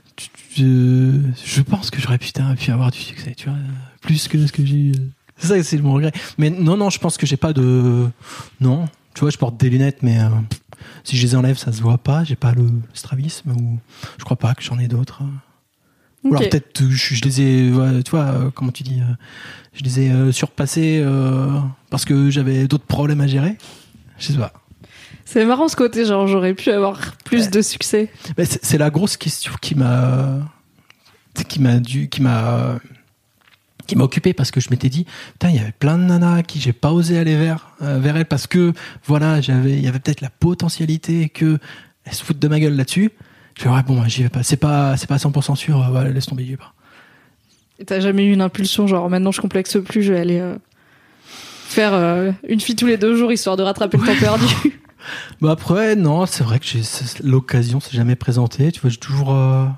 Speaker 4: je pense que j'aurais pu avoir du succès, tu vois, plus que ce que j'ai eu. C'est ça, c'est mon regret. Mais non, je pense que j'ai pas de. Non, tu vois, je porte des lunettes, mais. Si je les enlève, ça se voit pas. J'ai pas le strabisme, ou je crois pas que j'en ai d'autres. Ou alors peut-être je les ai, tu vois, comment tu dis, je les ai surpassés parce que j'avais d'autres problèmes à gérer. Je sais pas.
Speaker 3: C'est marrant ce côté, genre j'aurais pu avoir plus de succès.
Speaker 4: Mais c'est la grosse question qui m'a occupé, parce que je m'étais dit, putain, il y avait plein de nanas qui j'ai pas osé aller vers elles parce que voilà, il y avait peut-être la potentialité que elles se foutent de ma gueule là-dessus. Je fais j'y vais pas. C'est pas 100% sûr. Voilà, laisse tomber, j'y vais pas.
Speaker 3: Et t'as jamais eu une impulsion, genre maintenant je complexe plus, je vais aller faire une fille tous les 2 jours histoire de rattraper le temps perdu.
Speaker 4: Bah après, non, c'est vrai que l'occasion s'est jamais présentée. Tu vois, j'ai toujours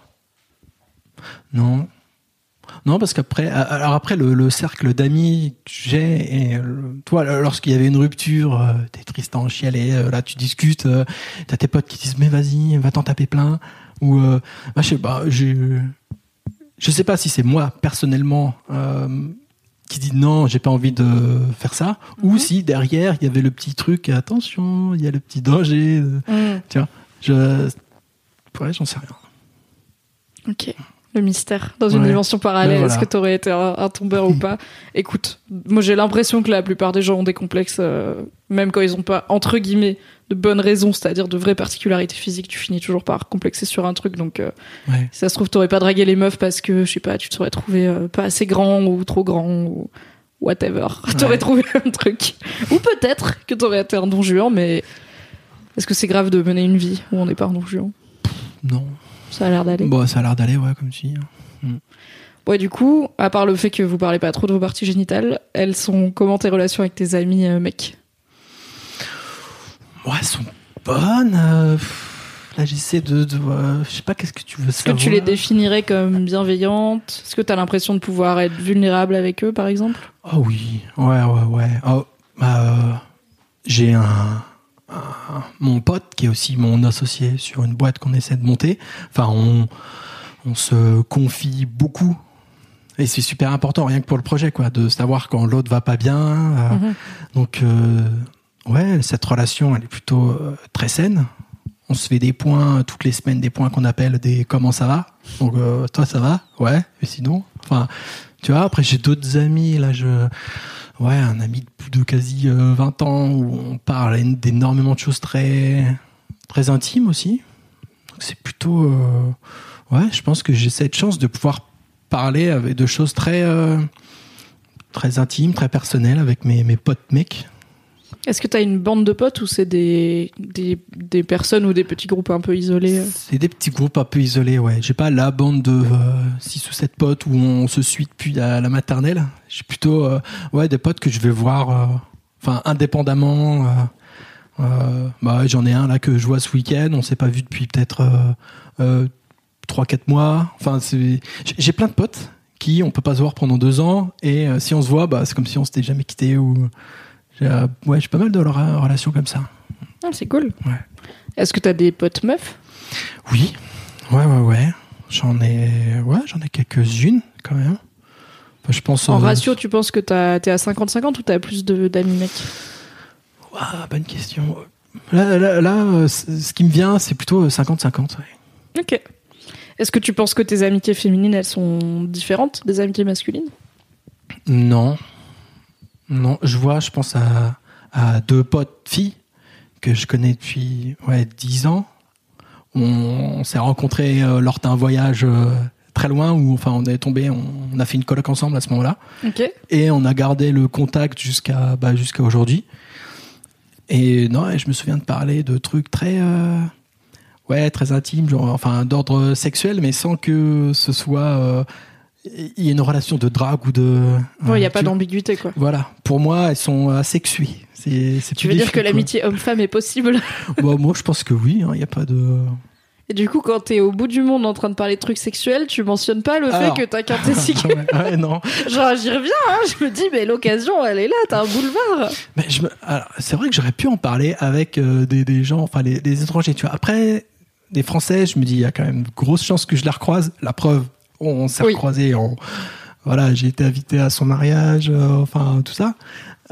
Speaker 4: non, parce qu'après, le cercle d'amis que j'ai, et toi, lorsqu'il y avait une rupture, t'es triste en chialer, là tu discutes, t'as tes potes qui disent mais vas-y, va t'en taper plein, ou je sais pas, je sais pas si c'est moi personnellement qui dit non, j'ai pas envie de faire ça, ou si derrière il y avait le petit truc, attention, il y a le petit danger, tu vois, j'en sais rien.
Speaker 3: Ok. Le mystère dans une dimension parallèle. Voilà. Est-ce que t'aurais été un tombeur ou pas? Écoute, moi j'ai l'impression que la plupart des gens ont des complexes, même quand ils ont pas, entre guillemets, de bonnes raisons, c'est-à-dire de vraies particularités physiques, tu finis toujours par complexer sur un truc. Donc, si ça se trouve, t'aurais pas dragué les meufs parce que, je sais pas, tu te serais trouvé pas assez grand ou trop grand, ou whatever. T'aurais trouvé un truc. Ou peut-être que t'aurais été un Don Juan, mais est-ce que c'est grave de mener une vie où on n'est pas un Don Juan ?
Speaker 4: Non.
Speaker 3: Ça a l'air d'aller.
Speaker 4: Bon, ça a l'air d'aller, ouais, comme tu dis.
Speaker 3: Ouais, du coup, à part le fait que vous parlez pas trop de vos parties génitales, elles sont comment tes relations avec tes amis mecs ?
Speaker 4: Ouais, elles sont bonnes. Là, j'essaie de je sais pas, qu'est-ce que tu veux savoir ?
Speaker 3: Est-ce que tu les définirais comme bienveillantes ? Est-ce que t'as l'impression de pouvoir être vulnérable avec eux, par exemple ?
Speaker 4: Oh oui, ouais. Oh, j'ai mon pote qui est aussi mon associé sur une boîte qu'on essaie de monter. Enfin, on se confie beaucoup. Et c'est super important, rien que pour le projet, quoi, de savoir quand l'autre va pas bien. Donc, ouais, cette relation, elle est plutôt très saine. On se fait des points toutes les semaines, des points qu'on appelle des comment ça va. Donc, toi, ça va ? Ouais. Et sinon, enfin, tu vois, après, j'ai d'autres amis, là, ouais, un ami de plus de quasi 20 ans où on parle d'énormément de choses très, très intimes aussi. Donc, c'est plutôt, ouais, je pense que j'ai cette chance de pouvoir parler avec de choses très, très intimes, très personnelles avec mes potes mecs.
Speaker 3: Est-ce que t'as une bande de potes ou c'est des personnes ou des petits groupes un peu isolés ?
Speaker 4: C'est des petits groupes un peu isolés, ouais. J'ai pas la bande de 6 ou 7 potes où on se suit depuis la maternelle. J'ai plutôt ouais, des potes que je vais voir enfin indépendamment. Bah, j'en ai un là que je vois ce week-end. On s'est pas vu depuis peut-être 3-4 mois. Enfin, j'ai plein de potes qui on peut pas se voir pendant 2 ans et si on se voit, bah, c'est comme si on s'était jamais quitté ou... Ouais, j'ai pas mal de relations comme ça.
Speaker 3: Ah, c'est cool.
Speaker 4: Ouais.
Speaker 3: Est-ce que t'as des potes meufs ?
Speaker 4: Oui. Ouais. J'en ai quelques-unes quand même. Enfin, je pense.
Speaker 3: En ratio, tu penses que t'es à 50-50 ou t'as plus d'amis mecs ?
Speaker 4: Ouah, bonne question. Là, ce qui me vient, c'est plutôt 50-50. Ouais.
Speaker 3: Ok. Est-ce que tu penses que tes amitiés féminines, elles sont différentes des amitiés masculines ?
Speaker 4: Non, je pense à 2 potes filles que je connais depuis 10 ans. On s'est rencontrés lors d'un voyage très loin où enfin on est tombé, on a fait une coloc ensemble à ce moment-là.
Speaker 3: Ok.
Speaker 4: Et on a gardé le contact jusqu'à aujourd'hui. Et non, je me souviens de parler de trucs très très intimes, genre enfin d'ordre sexuel, mais sans que ce soit il y a une relation de drague ou de...
Speaker 3: il n'y a pas d'ambiguïté, quoi.
Speaker 4: Voilà. Pour moi, elles sont asexuées.
Speaker 3: Tu veux dire que l'amitié homme-femme est possible ?
Speaker 4: Bon, moi, je pense que oui. Il n'y a pas de...
Speaker 3: Et du coup, quand t'es au bout du monde en train de parler de trucs sexuels, tu mentionnes pas le fait que t'as qu'un testicule.
Speaker 4: Ouais, non.
Speaker 3: Genre, j'y reviens, je me dis, mais l'occasion, elle est là, t'as un boulevard.
Speaker 4: Mais alors, c'est vrai que j'aurais pu en parler avec des gens, enfin, les étrangers, tu vois. Après, les Français, je me dis, il y a quand même de grosses chances que je les recroise. La preuve, on s'est recroisés, voilà, j'ai été invité à son mariage, enfin tout ça.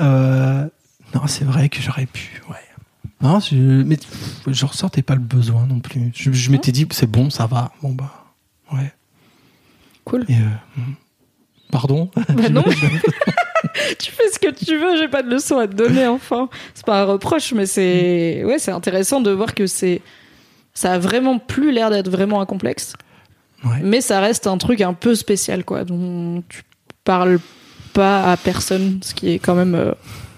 Speaker 4: Non, c'est vrai que j'aurais pu, ouais. Non, mais je ressentais pas le besoin non plus. Je m'étais dit, c'est bon, ça va. Bon bah, ouais.
Speaker 3: Cool.
Speaker 4: Et, pardon.
Speaker 3: Bah non. Tu fais ce que tu veux, j'ai pas de leçon à te donner. Enfin, c'est pas un reproche, mais c'est intéressant de voir que ça a vraiment plus l'air d'être vraiment un complexe.
Speaker 4: Ouais.
Speaker 3: Mais ça reste un truc un peu spécial, quoi, dont tu parles pas à personne, ce qui est quand même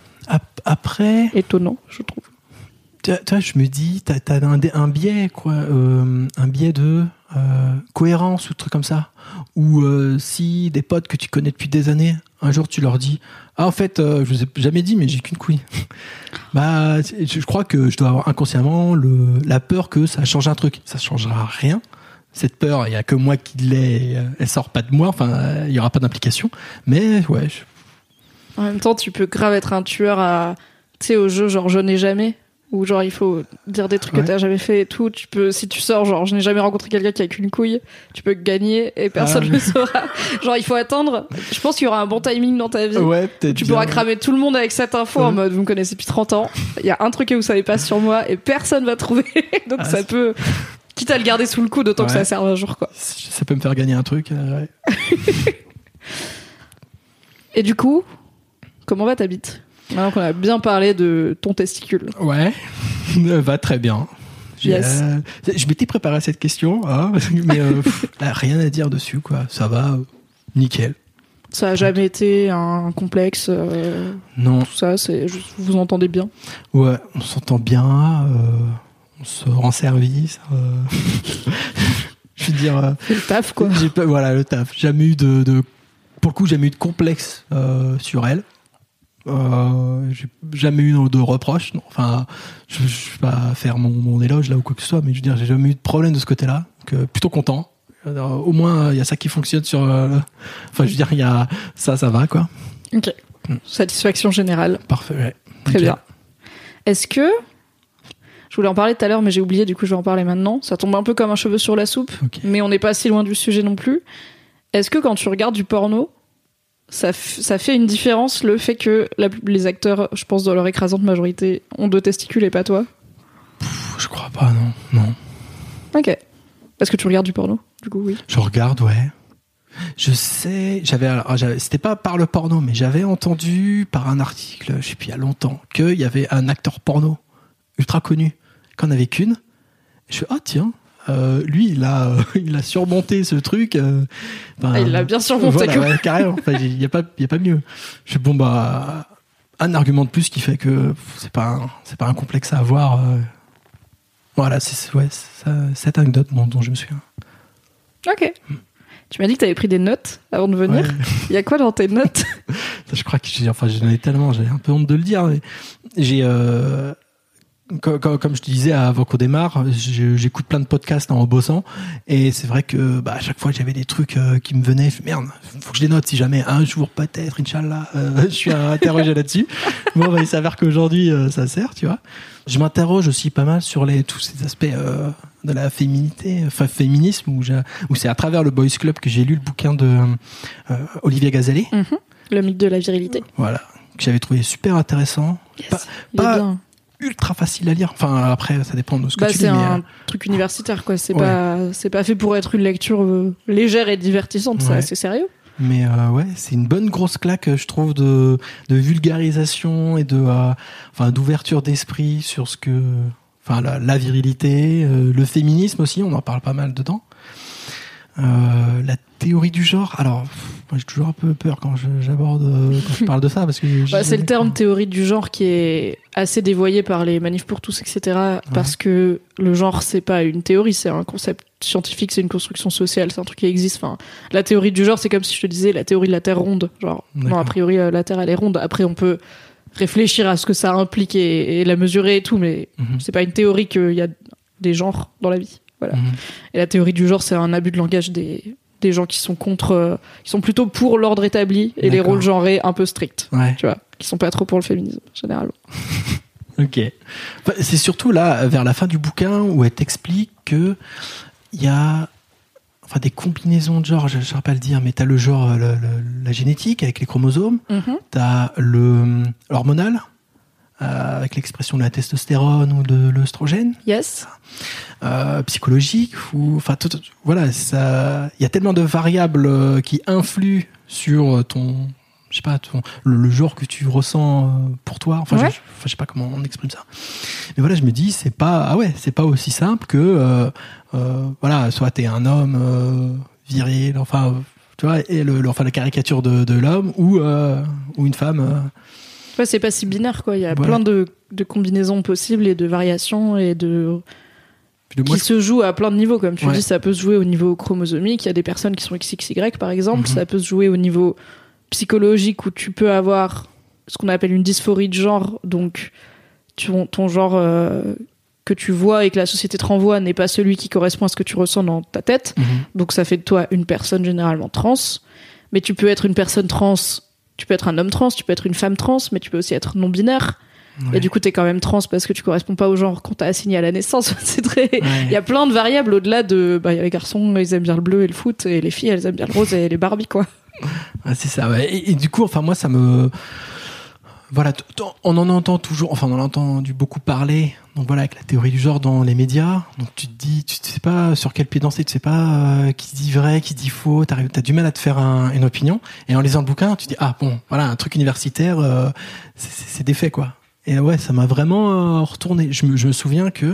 Speaker 4: après
Speaker 3: étonnant, je trouve.
Speaker 4: Tu vois, je me dis, t'as un biais, quoi, un biais de cohérence ou truc comme ça, ou si des potes que tu connais depuis des années, un jour tu leur dis, ah en fait, je vous ai jamais dit, mais j'ai qu'une couille. Bah, je crois que je dois avoir inconsciemment la peur que ça change un truc. Ça changera rien. Cette peur, il y a que moi qui l'ai, elle sort pas de moi, enfin, il y aura pas d'implication, mais ouais.
Speaker 3: En même temps, tu peux grave être un tueur tu sais, au jeu, genre, je n'ai jamais, ou genre, il faut dire des trucs que t'as jamais fait et tout. Tu peux, si tu sors, genre, je n'ai jamais rencontré quelqu'un qui a qu'une couille, tu peux gagner et personne ne le saura. Genre, il faut attendre. Je pense qu'il y aura un bon timing dans ta vie.
Speaker 4: Ouais, peut-être.
Speaker 3: Tu pourras cramer tout le monde avec cette info en mode, vous me connaissez depuis 30 ans. Il y a un truc que vous savez pas sur moi et personne va trouver. Donc, ça peut, quitte à le garder sous le coude, autant que ça serve un jour, quoi.
Speaker 4: Ça peut me faire gagner un truc, ouais.
Speaker 3: Et du coup, comment va ta bite ? Maintenant qu'on a bien parlé de ton testicule.
Speaker 4: Ouais, va très bien.
Speaker 3: Yes.
Speaker 4: Je m'étais préparé à cette question, hein, mais là, rien à dire dessus, quoi. Ça va, nickel.
Speaker 3: Ça a jamais été un complexe.
Speaker 4: Non.
Speaker 3: Tout ça, vous vous entendez bien.
Speaker 4: Ouais, on s'entend bien. On se rend service. Je veux dire.
Speaker 3: Le taf, quoi.
Speaker 4: Voilà, le taf. Jamais eu pour le coup, jamais eu de complexe sur elle. J'ai jamais eu de reproches. Non. Enfin, je vais pas faire mon éloge là ou quoi que ce soit, mais je veux dire, j'ai jamais eu de problème de ce côté-là. Donc, plutôt content. Au moins, il y a ça qui fonctionne sur. Enfin, je veux dire, il y a ça va quoi.
Speaker 3: Ok. Satisfaction générale.
Speaker 4: Parfait. Ouais.
Speaker 3: Très bien. Est-ce que je voulais en parler tout à l'heure, mais j'ai oublié. Du coup, je vais en parler maintenant. Ça tombe un peu comme un cheveu sur la soupe, mais on n'est pas si loin du sujet non plus. Est-ce que quand tu regardes du porno, ça fait une différence le fait que les acteurs, je pense dans leur écrasante majorité, ont 2 testicules et pas toi?
Speaker 4: Je crois pas, non.
Speaker 3: Ok. Parce que tu regardes du porno, du coup, oui.
Speaker 4: Je regarde, ouais. Je sais, c'était pas par le porno, mais j'avais entendu par un article, je sais plus, il y a longtemps, qu'il y avait un acteur porno ultra connu, qu'on avait qu'une. Je fais, tiens, lui, il a surmonté ce truc.
Speaker 3: Il l'a bien surmonté,
Speaker 4: voilà, quoi. Ouais, carrément. Enfin, il y a pas mieux. Je fais, un argument de plus qui fait que c'est pas un complexe à avoir. Voilà, c'est cette anecdote dont je me souviens.
Speaker 3: Ok. Tu m'as dit que tu avais pris des notes avant de venir. Ouais. Il y a quoi dans tes notes?
Speaker 4: Je crois que j'en ai tellement, j'ai un peu honte de le dire. Mais j'ai, comme je te disais avant qu'on démarre, j'écoute plein de podcasts en bossant, et c'est vrai que à chaque fois j'avais des trucs qui me venaient. Merde, faut que je les note si jamais un jour peut-être, Inch'Allah, je suis interrogé là-dessus. Bon, il s'avère qu'aujourd'hui ça sert, tu vois. Je m'interroge aussi pas mal sur tous ces aspects de la féminité, enfin féminisme, où c'est à travers le Boys Club que j'ai lu le bouquin de Olivia Gazalet.
Speaker 3: Le mythe de la virilité.
Speaker 4: Voilà, que j'avais trouvé super intéressant.
Speaker 3: Yes,
Speaker 4: pas ultra facile à lire. Enfin, après, ça dépend de ce que tu lis.
Speaker 3: C'est un truc universitaire, quoi. C'est pas fait pour être une lecture légère et divertissante. C'est assez sérieux.
Speaker 4: Mais c'est une bonne grosse claque, je trouve, de vulgarisation et d'ouverture d'esprit sur ce que, la virilité, le féminisme aussi, on en parle pas mal dedans. La théorie du genre. Alors, moi j'ai toujours un peu peur quand je parle de ça, parce que
Speaker 3: c'est le terme théorie du genre qui est assez dévoyé par les manifs pour tous, etc. Parce que le genre, c'est pas une théorie, c'est un concept scientifique, c'est une construction sociale, c'est un truc qui existe. Enfin, la théorie du genre, c'est comme si je te disais la théorie de la Terre ronde. Genre, non, a priori la Terre elle est ronde. Après, on peut réfléchir à ce que ça implique et la mesurer et tout, mais c'est pas une théorie qu'il y a des genres dans la vie. Voilà. Et la théorie du genre, c'est un abus de langage des gens qui sont qui sont plutôt pour l'ordre établi et les rôles genrés un peu stricts. Tu vois, qui sont pas trop pour le féminisme, généralement.
Speaker 4: Ok. C'est surtout là, vers la fin du bouquin, où elle t'explique que il y a des combinaisons de genres, je ne saurais pas le dire, mais t'as le genre, la génétique avec les chromosomes, t'as l'hormonal, avec l'expression de la testostérone ou de l'œstrogène.
Speaker 3: Yes.
Speaker 4: Psychologique, voilà, ça, il y a tellement de variables qui influent sur le genre que tu ressens pour toi. Je sais pas comment on exprime ça. Mais voilà, je me dis, c'est pas aussi simple que, soit t'es un homme viril, tu vois, et la caricature de l'homme ou une femme.
Speaker 3: C'est pas si binaire, quoi. Il y a plein de combinaisons possibles et de variations et qui se jouent à plein de niveaux. Comme tu dis, ça peut se jouer au niveau chromosomique. Il y a des personnes qui sont XXY, par exemple. Ça peut se jouer au niveau psychologique, où tu peux avoir ce qu'on appelle une dysphorie de genre. Donc, ton genre que tu vois et que la société te renvoie n'est pas celui qui correspond à ce que tu ressens dans ta tête. Donc, ça fait de toi une personne généralement trans. Mais tu peux être une personne trans. Tu peux être un homme trans, tu peux être une femme trans, mais tu peux aussi être non-binaire. Et du coup, t'es quand même trans parce que tu corresponds pas au genre qu'on t'a assigné à la naissance. Il y a plein de variables au-delà de, les garçons, ils aiment bien le bleu et le foot, et les filles, elles aiment bien le rose et les Barbie, quoi.
Speaker 4: C'est ça, ouais. Et du coup, moi, ça me, voilà, on en entend toujours, on en a entendu beaucoup parler. Donc voilà, avec la théorie du genre dans les médias. Donc tu te dis, tu sais pas sur quel pied danser, tu sais pas qui dit vrai, qui dit faux. T'as du mal à te faire une opinion. Et en lisant le bouquin, tu te dis voilà, un truc universitaire, c'est des faits, quoi. Et ouais, ça m'a vraiment retourné. Je me souviens que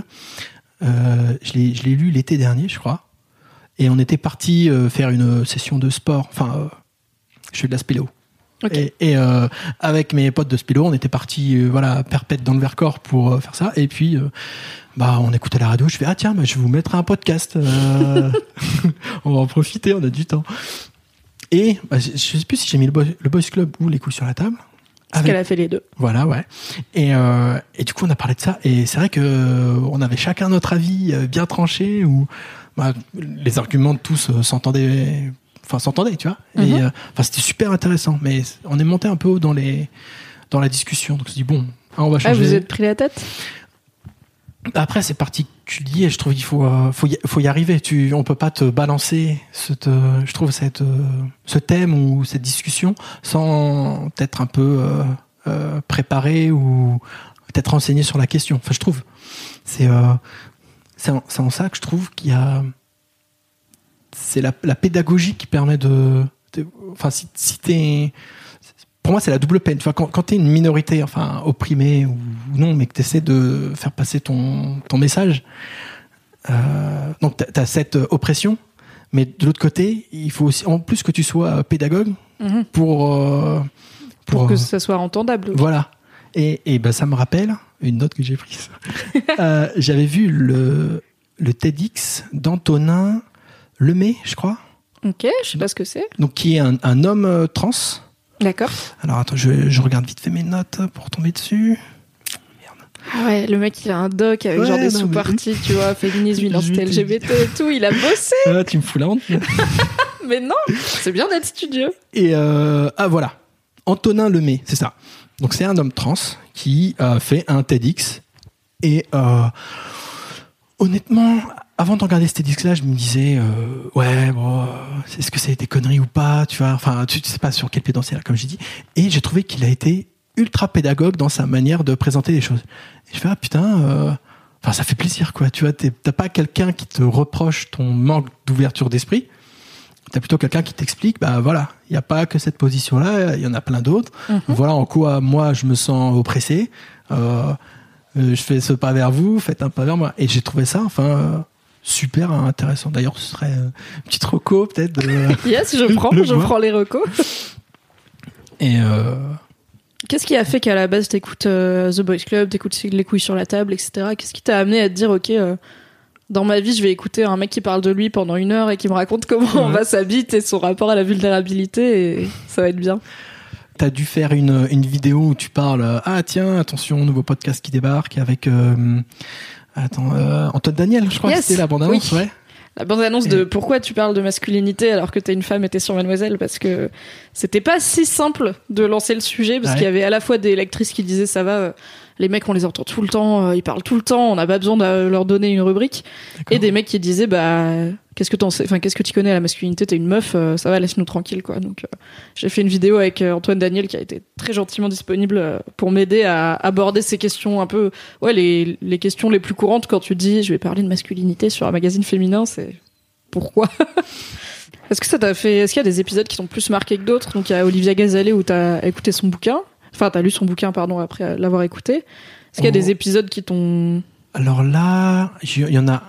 Speaker 4: je l'ai lu l'été dernier, je crois. Et on était parti faire une session de sport. je fais de la spéléo.
Speaker 3: Ok.
Speaker 4: Et avec mes potes de spéléo, on était partis perpète dans le Vercors pour faire ça. Et puis on écoutait la radio. Je fais tiens, je vais vous mettre un podcast. On va en profiter, on a du temps. Et je sais plus si j'ai mis le Boys Club ou les couilles sur la table.
Speaker 3: Parce qu'elle a fait les deux.
Speaker 4: Voilà, ouais. Et du coup, on a parlé de ça. Et c'est vrai que on avait chacun notre avis bien tranché, où les arguments de tous s'entendaient, tu vois. Et c'était super intéressant. Mais on est monté un peu haut dans la discussion. Donc on se dit bon, on va changer.
Speaker 3: Vous êtes pris la tête.
Speaker 4: Après, c'est particulier. Je trouve qu'il faut y arriver. On peut pas te balancer je trouve ce thème ou cette discussion sans être un peu préparé ou peut-être renseigné sur la question. Enfin, je trouve c'est en ça que je trouve qu'il y a c'est la pédagogie qui permet si t'es pour moi, c'est la double peine. Tu vois, quand t'es une minorité, opprimée ou non, mais que t'essaies de faire passer ton message, donc t'as cette oppression, mais de l'autre côté, il faut aussi, en plus que tu sois pédagogue pour
Speaker 3: que ça soit entendable.
Speaker 4: Voilà. Et ça me rappelle une note que j'ai prise. J'avais vu le TEDx d'Antonin Lemay, je crois.
Speaker 3: Ok, je sais pas ce que c'est.
Speaker 4: Donc, qui est un homme trans.
Speaker 3: D'accord.
Speaker 4: Alors attends, je regarde vite fait mes notes pour tomber dessus. Merde.
Speaker 3: Ah ouais, le mec il a un doc avec des sous-parties, tu vois, féminisme, identité LGBT et tout, il a bossé.
Speaker 4: Ah, tu me fous la honte.
Speaker 3: Mais non, c'est bien d'être studieux.
Speaker 4: Et voilà, Antonin Lemay, c'est ça. Donc c'est un homme trans qui a fait un TEDx et honnêtement, avant de regarder ce TEDx-là, je me disais, est-ce que c'est des conneries ou pas, tu vois, tu sais pas sur quel pied danser, là, comme j'ai dit. Et j'ai trouvé qu'il a été ultra pédagogue dans sa manière de présenter les choses. Et je fais, ça fait plaisir, quoi, tu vois, t'as pas quelqu'un qui te reproche ton manque d'ouverture d'esprit, t'as plutôt quelqu'un qui t'explique, il n'y a pas que cette position-là, il y en a plein d'autres. Voilà en quoi, moi, je me sens oppressé, je fais ce pas vers vous, faites un pas vers moi. Et j'ai trouvé ça, super intéressant. D'ailleurs, ce serait une petite reco, peut-être.
Speaker 3: Yes, je prends les recos.
Speaker 4: Et
Speaker 3: qu'est-ce qui a fait qu'à la base t'écoutes The Boys Club, t'écoutes Les couilles sur la table, etc. Qu'est-ce qui t'a amené à te dire, ok, dans ma vie, je vais écouter un mec qui parle de lui pendant 1 heure et qui me raconte comment on va sa bite et son rapport à la vulnérabilité, et ça va être bien.
Speaker 4: T'as dû faire une vidéo où tu parles, tiens, attention, nouveau podcast qui débarque avec Antoine Daniel, je crois que c'était la bande-annonce, ouais.
Speaker 3: La bande-annonce de pourquoi tu parles de masculinité alors que t'es une femme et t'es sur Mademoiselle, parce que c'était pas si simple de lancer le sujet, parce qu'il y avait à la fois des lectrices qui disaient ça va, les mecs on les entend tout le temps, ils parlent tout le temps, on n'a pas besoin de leur donner une rubrique. D'accord. Et des mecs qui disaient qu'est-ce que tu connais à la masculinité, t'es une meuf, ça va, laisse-nous tranquille, quoi. Donc j'ai fait une vidéo avec Antoine Daniel qui a été très gentiment disponible pour m'aider à aborder ces questions un peu, les questions les plus courantes quand tu dis je vais parler de masculinité sur un magazine féminin, c'est pourquoi. Est-ce qu'il y a des épisodes qui t'ont plus marqué que d'autres? Donc il y a Olivia Gazalet où t'as écouté son bouquin, t'as lu son bouquin, après l'avoir écouté. Est-ce qu'il y a des épisodes qui t'ont... Alors là,
Speaker 4: il y en a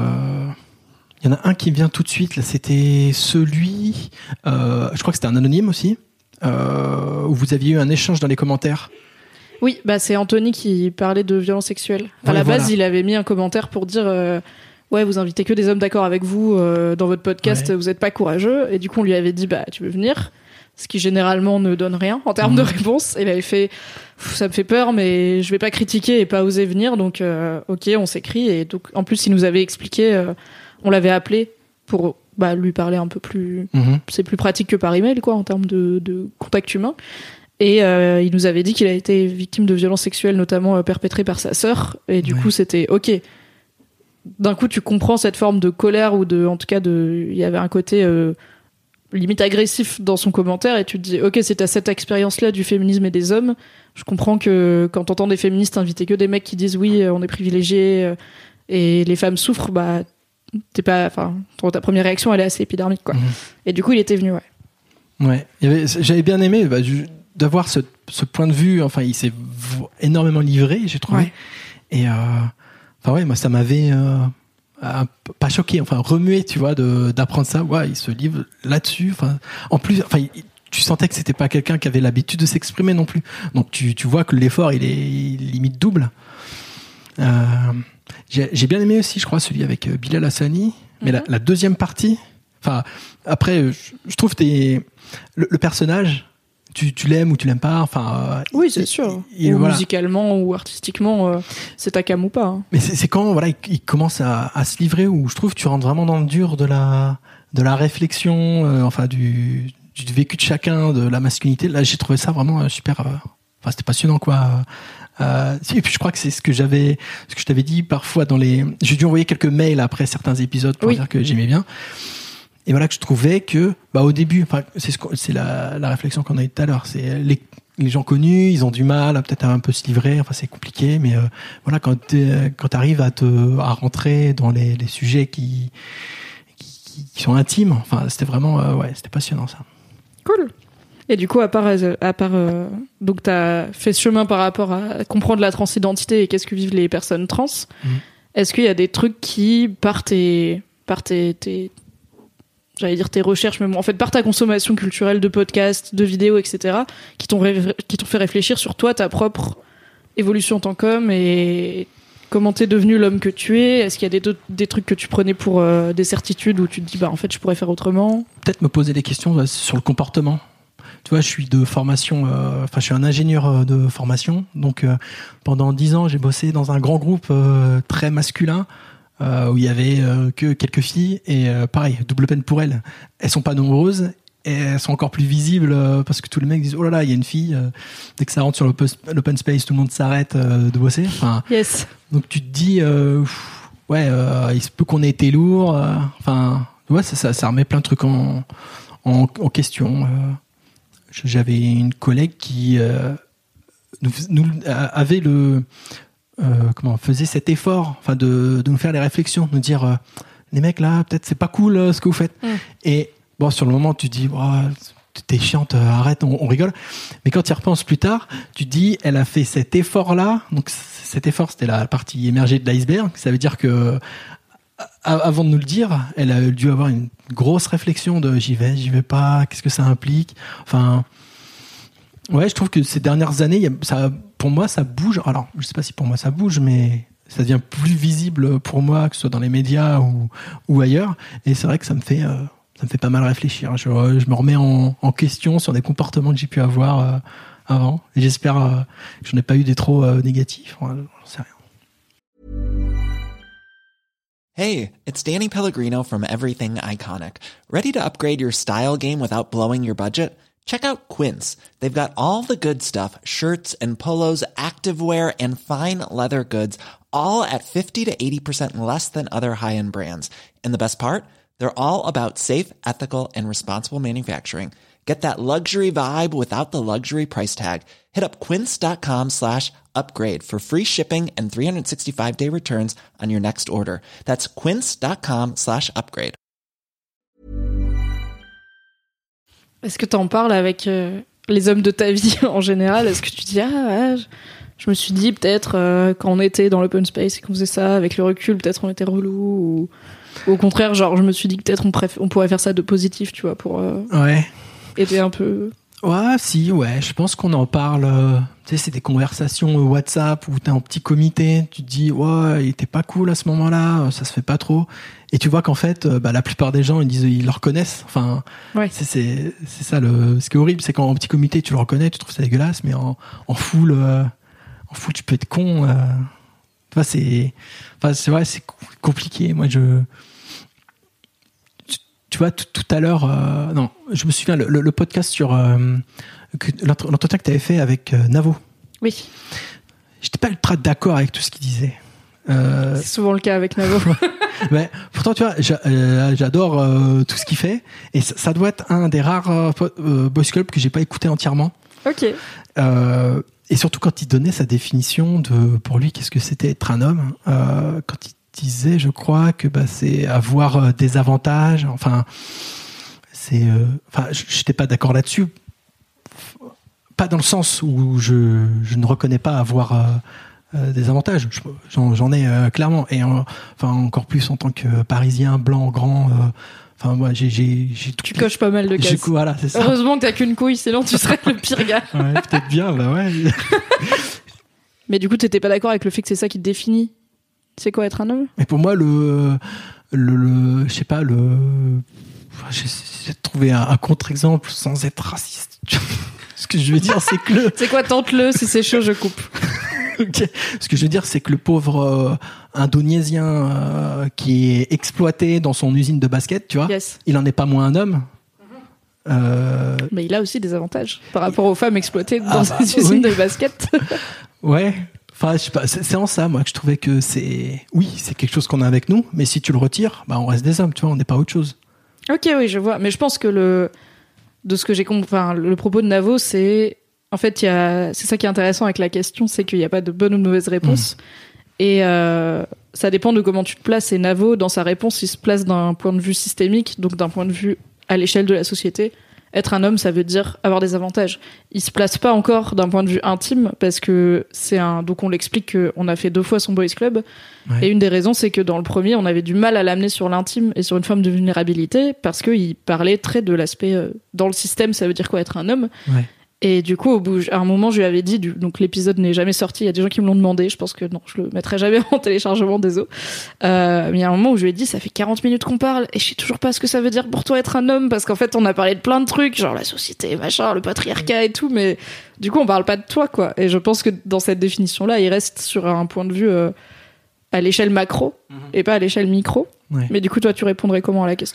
Speaker 4: un qui me vient tout de suite, là, c'était celui, je crois que c'était un anonyme aussi, où vous aviez eu un échange dans les commentaires.
Speaker 3: Oui, c'est Anthony qui parlait de violences sexuelles. À la base, il avait mis un commentaire pour dire vous invitez que des hommes d'accord avec vous dans votre podcast, vous êtes pas courageux. Et du coup, on lui avait dit tu veux venir, ce qui généralement ne donne rien en termes de réponse. Et il avait fait ça me fait peur, mais je vais pas critiquer et pas oser venir, donc ok, on s'écrit. Et donc en plus, il nous avait expliqué, on l'avait appelé pour lui parler un peu plus. C'est plus pratique que par email, quoi, en termes de contact humain. Et il nous avait dit qu'il a été victime de violences sexuelles, notamment perpétrées par sa sœur. Et du coup, c'était ok. D'un coup, tu comprends cette forme de colère ou en tout cas il y avait un côté limite agressif dans son commentaire, et tu te dis ok, c'est t'as cette expérience-là du féminisme et des hommes. Je comprends que quand t'entends des féministes inviter que des mecs qui disent oui, on est privilégiés et les femmes souffrent, ta première réaction elle est assez épidermique, quoi. Et du coup, il était venu,
Speaker 4: j'avais bien aimé d'avoir ce point de vue. Il s'est énormément livré, j'ai trouvé. Et moi, ça m'avait pas choqué, remué, tu vois, d'apprendre ça. Il se livre là-dessus. En plus, tu sentais que c'était pas quelqu'un qui avait l'habitude de s'exprimer non plus. Donc tu vois que l'effort il est limite double. J'ai bien aimé aussi, je crois, celui avec Bilal Hassani, mais la deuxième partie. Enfin, après, je trouve le personnage, tu l'aimes ou tu l'aimes pas. Enfin,
Speaker 3: oui, c'est sûr. Ou voilà. Musicalement ou artistiquement, c'est ta cam ou pas. Hein.
Speaker 4: Mais c'est quand voilà, il commence à se livrer où je trouve que tu rentres vraiment dans le dur de la réflexion, enfin du vécu de chacun, de la masculinité. Là, j'ai trouvé ça vraiment super. Enfin, c'était passionnant, quoi. Et puis je crois que c'est ce que je t'avais dit parfois j'ai dû envoyer quelques mails après certains épisodes pour dire que j'aimais bien. Et voilà que je trouvais que, au début, enfin, c'est la réflexion qu'on a eue tout à l'heure. C'est les gens connus, ils ont du mal peut-être à un peu se livrer. Enfin, c'est compliqué, mais voilà, quand t'arrives à rentrer dans les sujets qui sont intimes, enfin, c'était vraiment, c'était passionnant, ça.
Speaker 3: Cool. Et du coup, à part donc t'as fait ce chemin par rapport à comprendre la transidentité et qu'est-ce que vivent les personnes trans. Est-ce qu'il y a des trucs qui, par tes j'allais dire tes recherches, mais bon, en fait, par ta consommation culturelle de podcasts, de vidéos, etc., qui t'ont fait réfléchir sur toi, ta propre évolution en tant qu'homme et comment t'es devenu l'homme que tu es? Est-ce qu'il y a des trucs que tu prenais pour des certitudes où tu te dis, en fait, je pourrais faire autrement? Peut-être
Speaker 4: me poser des questions sur le comportement. Tu vois, je suis de formation, je suis un ingénieur de formation. Donc, pendant 10 ans, j'ai bossé dans un grand groupe très masculin, où il y avait que quelques filles. Et pareil, double peine pour elles. Elles sont pas nombreuses. Et elles sont encore plus visibles parce que tous les mecs disent, oh là là, il y a une fille. Dès que ça rentre sur l'open space, tout le monde s'arrête de bosser. Enfin,
Speaker 3: yes.
Speaker 4: Donc tu te dis, il se peut qu'on ait été lourd. Ça remet plein de trucs en question. J'avais une collègue qui nous avait faisait cet effort, enfin de nous faire les réflexions, de nous dire les mecs là, peut-être c'est pas cool ce que vous faites. Et bon, sur le moment tu te dis t'es chiante, arrête, on rigole. Mais quand tu y repenses plus tard, tu te dis elle a fait cet effort là. Donc cet effort, c'était la partie émergée de l'iceberg. Ça veut dire que avant de nous le dire, elle a dû avoir une grosse réflexion de j'y vais pas, qu'est-ce que ça implique. Enfin, ouais, je trouve que ces dernières années, pour moi, ça bouge. Alors, je sais pas si pour moi ça bouge, mais ça devient plus visible pour moi, que ce soit dans les médias ou ailleurs. Et c'est vrai que ça me fait pas mal réfléchir. Je me remets en question sur des comportements que j'ai pu avoir avant. Et j'espère que j'en ai pas eu des trop négatifs. J'en sais rien.
Speaker 5: Hey, it's Danny Pellegrino from Everything Iconic. Ready to upgrade your style game without blowing your budget? Check out Quince. They've got all the good stuff, shirts and polos, activewear, and fine leather goods, all at 50 to 80% less than other high-end brands. And the best part? They're all about safe, ethical, and responsible manufacturing. Get that luxury vibe without the luxury price tag. Hit up quince.com/upgrade for free shipping and 365-day returns on your next order. That's quince.com/upgrade.
Speaker 3: Est-ce que t'en parles avec les hommes de ta vie en général? Est-ce que tu dis, je me suis dit peut-être quand on était dans l'open space et qu'on faisait ça, avec le recul, peut-être on était relou, ou au contraire, genre je me suis dit que peut-être on pourrait faire ça de positif, tu vois, pour aider un peu.
Speaker 4: Je pense qu'on en parle. Tu sais, c'est des conversations WhatsApp où t'es en petit comité, tu te dis il était pas cool à ce moment-là, ça se fait pas trop. Et tu vois qu'en fait, la plupart des gens ils le reconnaissent. Enfin, c'est ça ce qui est horrible, c'est quand en petit comité tu le reconnais, tu trouves ça dégueulasse, mais en foule, tu peux être con. C'est vrai, c'est compliqué. Moi, tu vois, tout à l'heure, je me souviens, le podcast sur l'entretien que tu avais fait avec Navo.
Speaker 3: Oui.
Speaker 4: J'étais pas ultra d'accord avec tout ce qu'il disait.
Speaker 3: C'est souvent le cas avec Navo.
Speaker 4: Mais pourtant, tu vois, j'adore tout ce qu'il fait, et ça doit être un des rares Boys Club que j'ai pas écouté entièrement.
Speaker 3: Ok.
Speaker 4: Et surtout quand il donnait sa définition pour lui, qu'est-ce que c'était être un homme, quand il disait, je crois, que c'est avoir des avantages. Enfin, j'étais pas d'accord là-dessus. Pas dans le sens où je ne reconnais pas avoir des avantages. J'en ai clairement, et enfin encore plus en tant que Parisien blanc grand. Enfin moi j'ai
Speaker 3: tu coches pas mal de cases.
Speaker 4: Voilà, c'est ça.
Speaker 3: Heureusement que t'as qu'une couille, sinon tu serais le pire gars.
Speaker 4: Ouais, peut-être bien, bah ouais.
Speaker 3: Mais du coup, t'étais pas d'accord avec le fait que c'est ça qui te définit. C'est quoi être un homme?
Speaker 4: Mais pour moi, je sais pas, j'ai trouvé un contre-exemple sans être raciste. Ce que je veux dire, c'est que
Speaker 3: c'est quoi, tente-le, si c'est chaud, je coupe.
Speaker 4: Okay. Ce que je veux dire, c'est que le pauvre Indonésien qui est exploité dans son usine de basket, tu vois,
Speaker 3: yes.
Speaker 4: Il en est pas moins un homme.
Speaker 3: Mais il a aussi des avantages par rapport aux femmes exploitées dans ces usines de basket.
Speaker 4: Ouais. Enfin, je sais pas, c'est en ça, moi, que je trouvais que c'est quelque chose qu'on a avec nous, mais si tu le retires, bah, on reste des hommes, tu vois, on n'est pas autre chose.
Speaker 3: Ok, oui, je vois. Mais je pense que de ce que j'ai compris, enfin, le propos de Navo, c'est, en fait, c'est ça qui est intéressant avec la question, c'est qu'il n'y a pas de bonne ou de mauvaise réponse. Et, ça dépend de comment tu te places. Et Navo, dans sa réponse, il se place d'un point de vue systémique, donc d'un point de vue à l'échelle de la société. Être un homme, ça veut dire avoir des avantages. Il se place pas encore d'un point de vue intime, parce que donc on l'explique qu'on a fait 2 fois son boys club. Ouais. Et une des raisons, c'est que dans le premier, on avait du mal à l'amener sur l'intime et sur une forme de vulnérabilité, parce qu'il parlait très de l'aspect, dans le système, ça veut dire quoi être un homme. Ouais. Et du coup, à un moment, je lui avais dit, donc l'épisode n'est jamais sorti, il y a des gens qui me l'ont demandé, je pense que non, je le mettrai jamais en téléchargement, désolé. Mais il y a un moment où je lui ai dit, ça fait 40 minutes qu'on parle, et je sais toujours pas ce que ça veut dire pour toi être un homme, parce qu'en fait, on a parlé de plein de trucs, genre la société, machin, le patriarcat et tout, mais du coup, on parle pas de toi, quoi. Et je pense que dans cette définition-là, il reste sur un point de vue à l'échelle macro, et pas à l'échelle micro. Ouais. Mais du coup, toi, tu répondrais comment à la question ?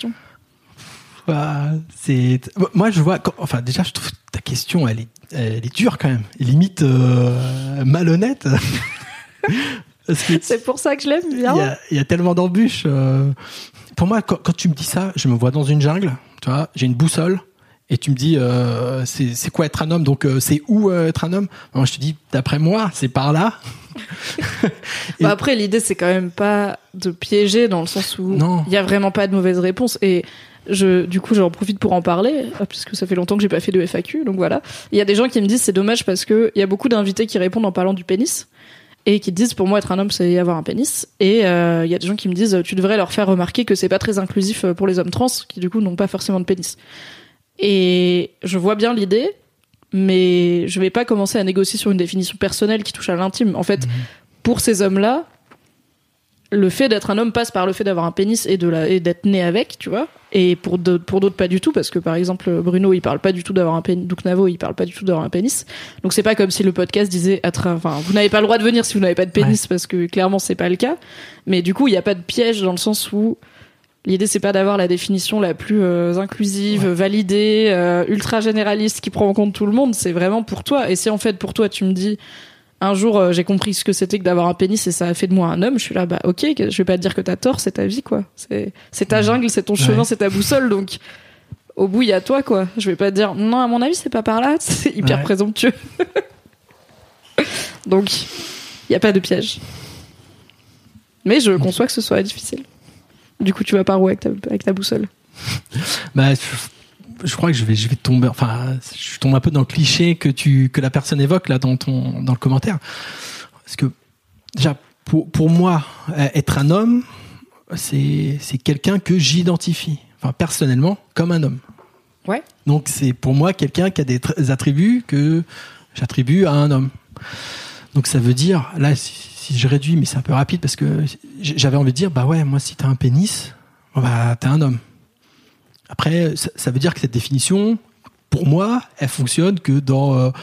Speaker 4: Moi je vois, enfin déjà je trouve ta question elle est dure quand même, et limite malhonnête. Parce que
Speaker 3: c'est pour ça que je l'aime bien.
Speaker 4: Il y a tellement d'embûches. Pour moi, quand tu me dis ça, je me vois dans une jungle, tu vois, j'ai une boussole et tu me dis c'est quoi être un homme, donc c'est où être un homme. Moi je te dis d'après moi c'est par là.
Speaker 3: Bah après l'idée c'est quand même pas de piéger, dans le sens où il y a vraiment pas de mauvaise réponse. Et du coup j'en profite pour en parler, puisque ça fait longtemps que j'ai pas fait de FAQ, donc voilà. Il y a des gens qui me disent c'est dommage parce que il y a beaucoup d'invités qui répondent en parlant du pénis et qui disent pour moi être un homme c'est avoir un pénis, et il y a des gens qui me disent tu devrais leur faire remarquer que c'est pas très inclusif pour les hommes trans qui du coup n'ont pas forcément de pénis. Et je vois bien l'idée, mais je vais pas commencer à négocier sur une définition personnelle qui touche à l'intime. En fait, pour ces hommes-là, le fait d'être un homme passe par le fait d'avoir un pénis et d'être né avec, tu vois. Et pour d'autres, pas du tout, parce que par exemple, Bruno, il parle pas du tout d'avoir un pénis, donc Navo, il parle pas du tout d'avoir un pénis. Donc c'est pas comme si le podcast disait, vous n'avez pas le droit de venir si vous n'avez pas de pénis, parce que clairement, c'est pas le cas. Mais du coup, il y a pas de piège dans le sens où l'idée, c'est pas d'avoir la définition la plus inclusive, validée, ultra généraliste, qui prend en compte tout le monde. C'est vraiment pour toi. Et si en fait, pour toi, tu me dis, un jour, j'ai compris ce que c'était que d'avoir un pénis et ça a fait de moi un homme, je suis là, bah ok, je vais pas te dire que t'as tort, c'est ta vie, quoi. C'est ta jungle, c'est ton chemin, c'est ta boussole, donc au bout, il y a toi, quoi. Je vais pas te dire, non, à mon avis, c'est pas par là, c'est hyper présomptueux. Donc, il y a pas de piège. Mais je conçois que ce soit difficile. Du coup, tu vas par où avec ta boussole?
Speaker 4: Bah, je crois que je vais tomber, enfin, je tombe un peu dans le cliché que la personne évoque là dans le commentaire. Parce que déjà pour moi, être un homme, c'est quelqu'un que j'identifie, enfin personnellement, comme un homme.
Speaker 3: Ouais.
Speaker 4: Donc c'est pour moi quelqu'un qui a des attributs que j'attribue à un homme. Donc ça veut dire, là si je réduis, mais c'est un peu rapide parce que j'avais envie de dire, bah ouais, moi si t'as un pénis, bah t'es un homme. Après, ça veut dire que cette définition, pour moi, elle fonctionne que dans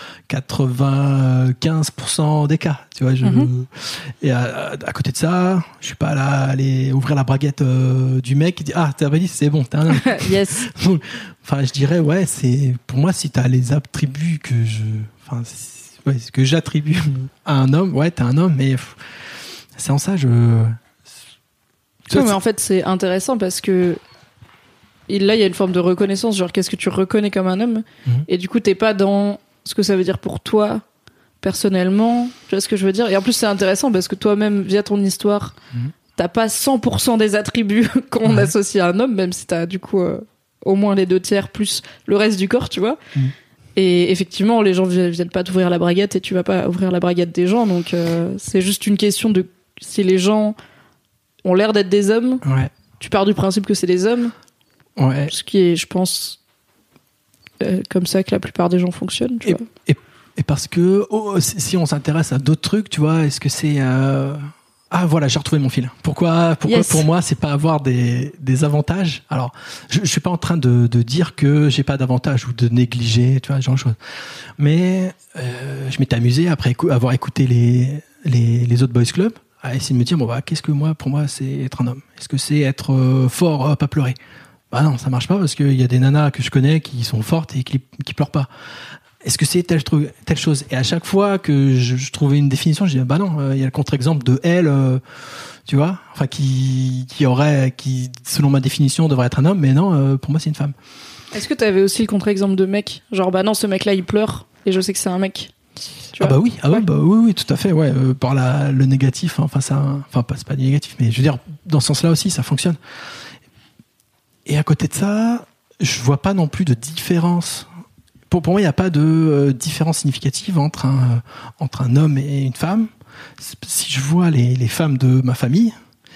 Speaker 4: 95% des cas. Tu vois, et à côté de ça, je suis pas là à aller ouvrir la braguette du mec qui dit ah t'as un pénis, c'est bon, t'es un homme.
Speaker 3: Yes.
Speaker 4: Enfin, je dirais ouais, c'est pour moi si t'as les attributs que ce que j'attribue à un homme, ouais, t'es un homme, mais c'est en ça
Speaker 3: Non, mais en fait, c'est intéressant parce que là, il y a une forme de reconnaissance, genre qu'est-ce que tu reconnais comme un homme, et du coup, t'es pas dans ce que ça veut dire pour toi, personnellement, tu vois ce que je veux dire. Et en plus, c'est intéressant parce que toi-même, via ton histoire, t'as pas 100% des attributs qu'on associe à un homme, même si t'as du coup au moins les 2 tiers plus le reste du corps, tu vois. Et effectivement, les gens viennent pas t'ouvrir la braguette et tu vas pas ouvrir la braguette des gens. Donc, c'est juste une question de si les gens ont l'air d'être des hommes.
Speaker 4: Ouais.
Speaker 3: Tu pars du principe que c'est des hommes.
Speaker 4: Ouais.
Speaker 3: Ce qui est, je pense, comme ça que la plupart des gens fonctionnent. Tu vois.
Speaker 4: Et parce que si on s'intéresse à d'autres trucs, tu vois, est-ce que c'est ah voilà, j'ai retrouvé mon fil. Pourquoi
Speaker 3: Yes.
Speaker 4: Pour moi, c'est pas avoir des avantages. Alors, je suis pas en train de dire que j'ai pas d'avantages ou de négliger, tu vois, ce genre de choses. Mais je m'étais amusé après avoir écouté les autres boys club à essayer de me dire bon bah qu'est-ce que pour moi c'est être un homme. Est-ce que c'est être fort, pas pleurer? Bah non, ça marche pas parce qu'il y a des nanas que je connais qui sont fortes et qui pleurent pas. Est-ce que c'est telle chose? Et à chaque fois que je trouvais une définition, je disais bah non, il y a le contre-exemple de elle, tu vois, enfin qui selon ma définition devrait être un homme, mais non, pour moi c'est une femme.
Speaker 3: Est-ce que t'avais aussi le contre-exemple de mec? Genre bah non, ce mec-là il pleure et je sais que c'est un mec. Tu vois?
Speaker 4: Oui, tout à fait, ouais, par le négatif, hein, enfin c'est pas négatif, mais je veux dire dans ce sens-là aussi ça fonctionne. Et à côté de ça, je vois pas non plus de différence. Pour moi, il n'y a pas de différence significative entre un homme et une femme. Si je vois les femmes de ma famille,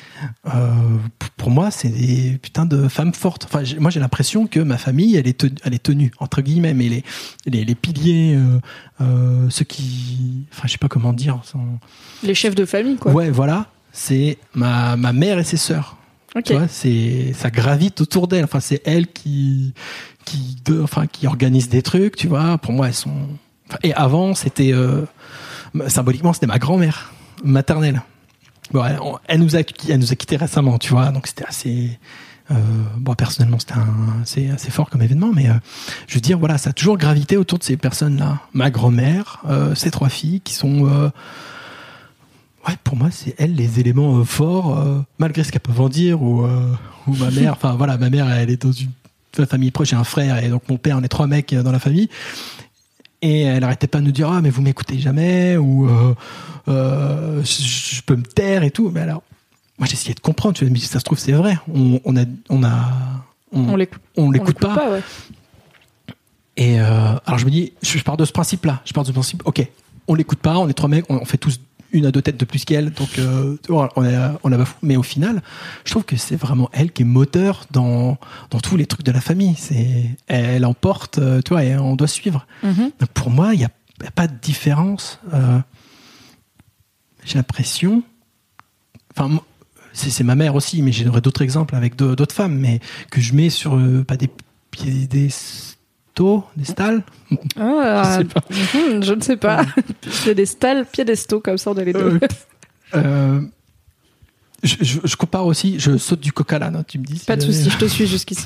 Speaker 4: pour moi, c'est des putains de femmes fortes. Enfin, moi, j'ai l'impression que ma famille, elle est tenue, entre guillemets, mais les piliers, ceux qui... Enfin, je sais pas comment dire.
Speaker 3: Les chefs de famille, quoi.
Speaker 4: Ouais, voilà. C'est ma mère et ses sœurs.
Speaker 3: Ok.
Speaker 4: Tu vois, ça gravite autour d'elle. Enfin, c'est elle qui organise des trucs, tu vois. Pour moi, elles sont. Et avant, c'était symboliquement, c'était ma grand-mère maternelle. Bon, elle nous a quittés récemment, tu vois. Donc c'était assez. Personnellement, c'était assez fort comme événement, mais je veux dire, voilà, ça a toujours gravité autour de ces personnes-là. Ma grand-mère, ses 3 filles, qui sont. Ouais, pour moi, c'est elles les éléments forts, malgré ce qu'elles peuvent en dire, ou ma mère. Enfin voilà, ma mère, elle est dans une famille proche, j'ai un frère, et donc mon père, on est 3 mecs dans la famille. Et elle arrêtait pas de nous dire ah mais vous m'écoutez jamais, ou je peux me taire et tout. Mais alors, moi j'essayais de comprendre. Tu vois, mais si ça se trouve c'est vrai. On l'écoute pas.
Speaker 3: Ouais.
Speaker 4: Et alors je me dis, je pars de ce principe-là. Ok, on l'écoute pas. On est 3 mecs, on fait tous 1 à 2 têtes de plus qu'elle, donc on la bafoue. Mais au final, je trouve que c'est vraiment elle qui est moteur dans tous les trucs de la famille. Elle emporte, tu vois, et on doit suivre. Mm-hmm. Donc pour moi, il y a pas de différence. J'ai l'impression, enfin, c'est ma mère aussi, mais j'aurais d'autres exemples avec d'autres femmes, mais que je mets sur pas des piédestaux, des stalles.
Speaker 3: Ah, je ne sais pas. C'est des stalles, piédestaux, comme ça on a les deux.
Speaker 4: Je compare aussi, je saute du coq à l'âne, hein, tu me dis.
Speaker 3: Pas de souci, je te suis jusqu'ici.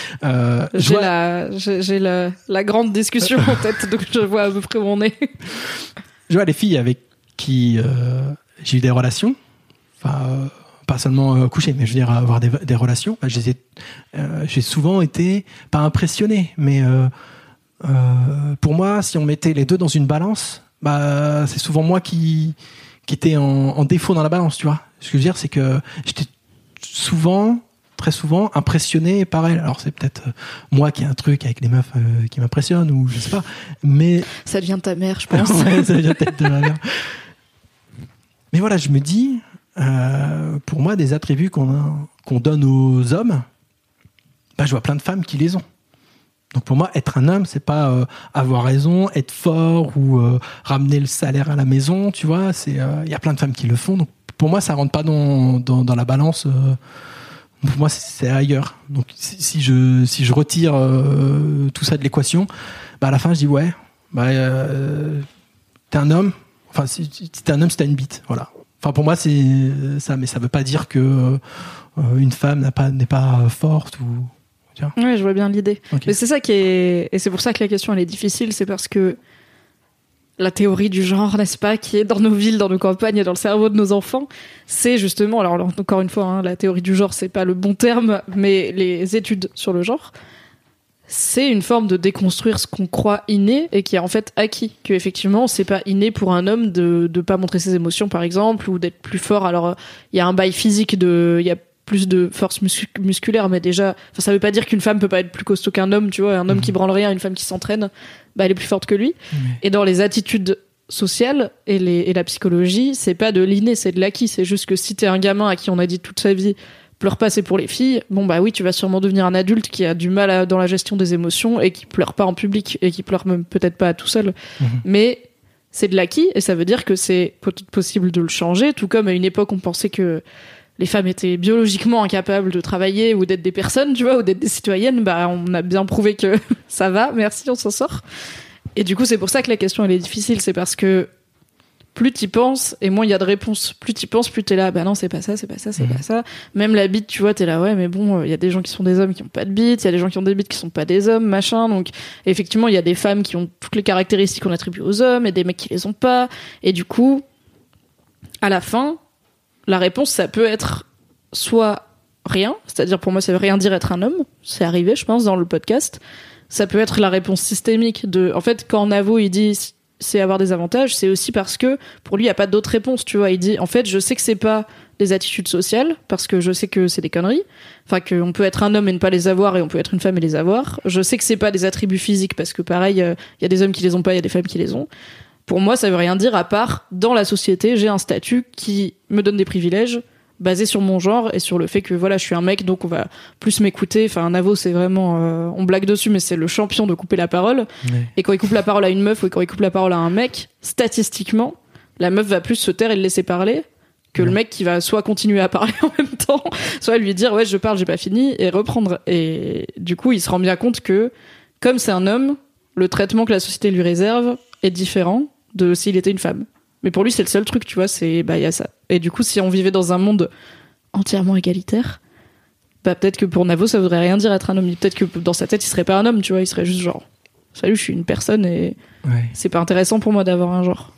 Speaker 3: J'ai la grande discussion en tête, donc je vois à peu près où on est.
Speaker 4: Je vois les filles avec qui j'ai eu des relations, enfin pas seulement coucher, mais je veux dire avoir des relations. J'ai souvent été pas impressionné, mais pour moi, si on mettait les deux dans une balance, bah c'est souvent moi qui était en défaut dans la balance, tu vois. Ce que je veux dire, c'est que j'étais très souvent impressionné par elle. Alors c'est peut-être moi qui ai un truc avec les meufs qui m'impressionne, ou je sais pas, mais
Speaker 3: ça devient de ta mère, je pense.
Speaker 4: Ouais, ça devient peut-être de ma mère. Mais voilà, je me dis, pour moi, des attributs qu'on donne aux hommes, bah, je vois plein de femmes qui les ont. Donc pour moi, être un homme, c'est pas avoir raison, être fort, ou ramener le salaire à la maison, tu vois. Y a plein de femmes qui le font. Donc pour moi, ça rentre pas dans la balance. Pour moi, c'est ailleurs. Donc si je retire tout ça de l'équation, bah à la fin, je dis ouais, bah t'es un homme. Enfin, si t'es un homme, c'est t'as une bite, voilà. Enfin, pour moi, c'est ça, mais ça veut pas dire que une femme n'est pas forte, ou.
Speaker 3: Oui, je vois bien l'idée.
Speaker 4: Okay.
Speaker 3: Mais c'est ça et c'est pour ça que la question elle est difficile, c'est parce que la théorie du genre, n'est-ce pas, qui est dans nos villes, dans nos campagnes et dans le cerveau de nos enfants, c'est justement, alors encore une fois, hein, la théorie du genre, c'est pas le bon terme, mais les études sur le genre, c'est une forme de déconstruire ce qu'on croit inné et qui est en fait acquis. Que effectivement, c'est pas inné pour un homme de pas montrer ses émotions, par exemple, ou d'être plus fort. Alors, il y a un bail physique il y a plus de force musculaire, mais déjà, ça veut pas dire qu'une femme peut pas être plus costaud qu'un homme, tu vois. Un homme qui branle rien, une femme qui s'entraîne, bah elle est plus forte que lui. Et dans les attitudes sociales et la psychologie, c'est pas de l'inné, c'est de l'acquis. C'est juste que si t'es un gamin à qui on a dit toute sa vie pleure pas, c'est pour les filles, bon bah oui, tu vas sûrement devenir un adulte qui a du mal dans la gestion des émotions et qui pleure pas en public et qui pleure même peut-être pas tout seul. Mais c'est de l'acquis et ça veut dire que c'est peut-être possible de le changer, tout comme à une époque on pensait que les femmes étaient biologiquement incapables de travailler ou d'être des personnes, tu vois, ou d'être des citoyennes. Bah on a bien prouvé que ça va, merci, on s'en sort. Et du coup c'est pour ça que la question elle est difficile, c'est parce que plus t'y penses et moins il y a de réponses. Plus t'y penses, plus t'es là, bah non, c'est pas ça, c'est pas ça, c'est pas ça. Même la bite, tu vois, t'es là, ouais, mais bon, il y a des gens qui sont des hommes qui ont pas de bite, il y a des gens qui ont des bites qui sont pas des hommes, machin. Donc, effectivement, il y a des femmes qui ont toutes les caractéristiques qu'on attribue aux hommes et des mecs qui les ont pas. Et du coup, à la fin, la réponse, ça peut être soit rien, c'est-à-dire pour moi, ça veut rien dire être un homme. C'est arrivé, je pense, dans le podcast. Ça peut être la réponse systémique de, en fait, quand Navo, il dit, c'est avoir des avantages, c'est aussi parce que pour lui il y a pas d'autre réponse, tu vois. Il dit en fait je sais que c'est pas des attitudes sociales parce que je sais que c'est des conneries, enfin qu'on peut être un homme et ne pas les avoir et on peut être une femme et les avoir. Je sais que c'est pas des attributs physiques parce que pareil il y a des hommes qui les ont pas, il y a des femmes qui les ont. Pour moi ça veut rien dire à part dans la société j'ai un statut qui me donne des privilèges basé sur mon genre et sur le fait que voilà je suis un mec donc on va plus m'écouter. Enfin Navo c'est vraiment on blague dessus mais c'est le champion de couper la parole. Et quand il coupe la parole à une meuf ou quand il coupe la parole à un mec, statistiquement la meuf va plus se taire et le laisser parler que le mec qui va soit continuer à parler en même temps, soit lui dire ouais je parle, j'ai pas fini et reprendre. Et du coup il se rend bien compte que comme c'est un homme, le traitement que la société lui réserve est différent de s'il était une femme. Mais pour lui, c'est le seul truc, tu vois, c'est, bah, il y a ça. Et du coup, si on vivait dans un monde entièrement égalitaire, bah, peut-être que pour Navo, ça voudrait rien dire être un homme. Peut-être que dans sa tête, il serait pas un homme, tu vois, il serait juste genre, salut, je suis une personne et c'est pas intéressant pour moi d'avoir un genre.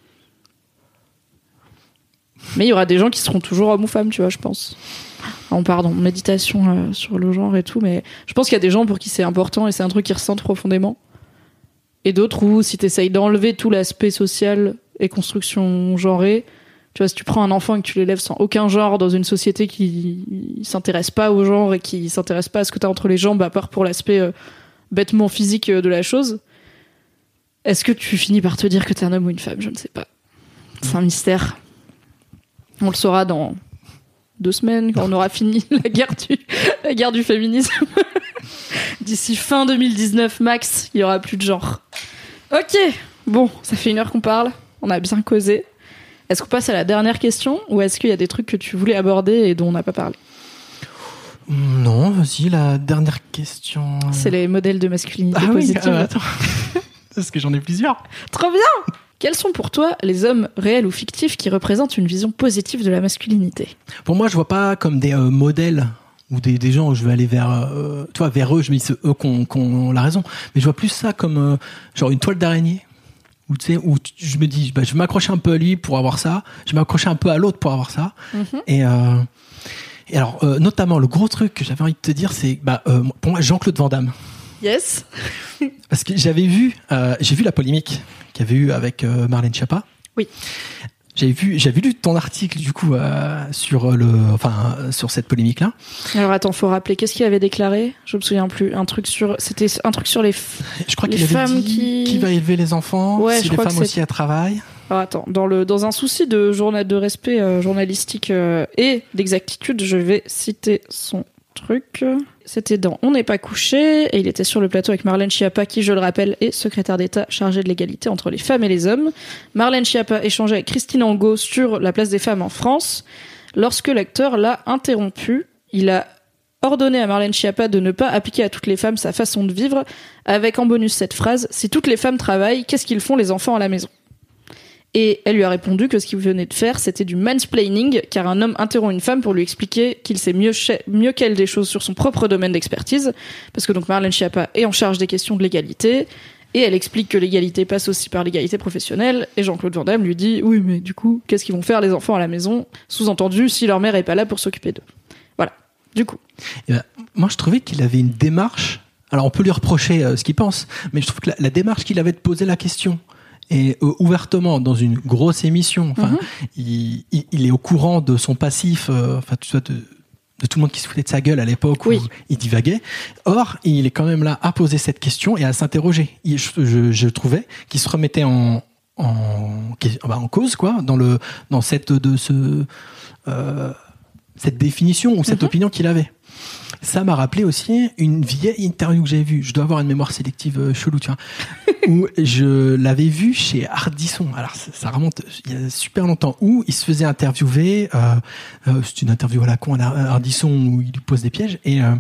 Speaker 3: Mais il y aura des gens qui seront toujours hommes ou femmes, tu vois, je pense. Pardon, méditation sur le genre et tout, mais je pense qu'il y a des gens pour qui c'est important et c'est un truc qu'ils ressentent profondément. Et d'autres où, si t'essayes d'enlever tout l'aspect social et construction genrée, tu vois, si tu prends un enfant et que tu l'élèves sans aucun genre dans une société qui s'intéresse pas au genre et qui s'intéresse pas à ce que t'as entre les jambes à part pour l'aspect bêtement physique de la chose, est-ce que tu finis par te dire que t'es un homme ou une femme? Je ne sais pas. C'est un mystère. On le saura dans 2 semaines quand on aura fini la guerre du féminisme. D'ici fin 2019 max, il y aura plus de genre. Ok, bon, ça fait 1 heure qu'on parle. On a bien causé. Est-ce qu'on passe à la dernière question ou est-ce qu'il y a des trucs que tu voulais aborder et dont on n'a pas parlé?
Speaker 4: Non, vas-y, la dernière question.
Speaker 3: C'est les modèles de masculinité positive.
Speaker 4: Oui, attends. Parce que j'en ai plusieurs.
Speaker 3: Trop bien! Quels sont pour toi les hommes réels ou fictifs qui représentent une vision positive de la masculinité?
Speaker 4: Pour moi, je vois pas comme des modèles ou des gens où je vais aller vers vers eux, je me dis c'est eux qui ont la raison. Mais je vois plus ça comme genre une toile d'araignée. Où tu sais, je me dis, bah, je vais m'accrocher un peu à lui pour avoir ça, je vais m'accrocher un peu à l'autre pour avoir ça. Et alors, notamment, le gros truc que j'avais envie de te dire, c'est, pour moi, Jean-Claude Van Damme.
Speaker 3: Yes.
Speaker 4: Parce que j'ai vu la polémique qu'il y avait eu avec Marlène Schiappa.
Speaker 3: Oui.
Speaker 4: J'avais lu ton article du coup sur cette polémique là.
Speaker 3: Alors attends, faut rappeler qu'est-ce qu'il avait déclaré? Je me souviens plus. C'était un truc sur les
Speaker 4: je crois
Speaker 3: les
Speaker 4: qu'il
Speaker 3: femmes
Speaker 4: avait dit qui va élever les enfants,
Speaker 3: ouais,
Speaker 4: si les femmes aussi à travail.
Speaker 3: Alors attends, dans un souci de respect journalistique et d'exactitude, je vais citer son truc. C'était dans On n'est pas couché et il était sur le plateau avec Marlène Schiappa qui, je le rappelle, est secrétaire d'État chargée de l'égalité entre les femmes et les hommes. Marlène Schiappa échangeait avec Christine Angot sur la place des femmes en France. Lorsque l'acteur l'a interrompu, il a ordonné à Marlène Schiappa de ne pas appliquer à toutes les femmes sa façon de vivre, avec en bonus cette phrase « Si toutes les femmes travaillent, qu'est-ce qu'ils font les enfants à la maison ?» Et elle lui a répondu que ce qu'il venait de faire, c'était du mansplaining, car un homme interrompt une femme pour lui expliquer qu'il sait mieux qu'elle des choses sur son propre domaine d'expertise, parce que donc Marlène Schiappa est en charge des questions de l'égalité, et elle explique que l'égalité passe aussi par l'égalité professionnelle, et Jean-Claude Van Damme lui dit « Oui, mais du coup, qu'est-ce qu'ils vont faire les enfants à la maison ? Sous-entendu, si leur mère est pas là pour s'occuper d'eux. » Voilà, du coup.
Speaker 4: Moi, je trouvais qu'il avait une démarche, alors on peut lui reprocher ce qu'il pense, mais je trouve que la démarche qu'il avait de poser la question, et ouvertement dans une grosse émission, il est au courant de son passif, de de tout le monde qui se foutait de sa gueule à l'époque où il divaguait. Or, il est quand même là à poser cette question et à s'interroger. Je trouvais qu'il se remettait en cause, quoi, dans cette définition ou cette opinion qu'il avait. Ça m'a rappelé aussi une vieille interview que j'avais vue. Je dois avoir une mémoire sélective chelou, tu vois. Où je l'avais vu chez Ardisson. Alors, ça remonte il y a super longtemps. Où il se faisait interviewer. C'est une interview à la con à Ardisson où il lui pose des pièges. Et à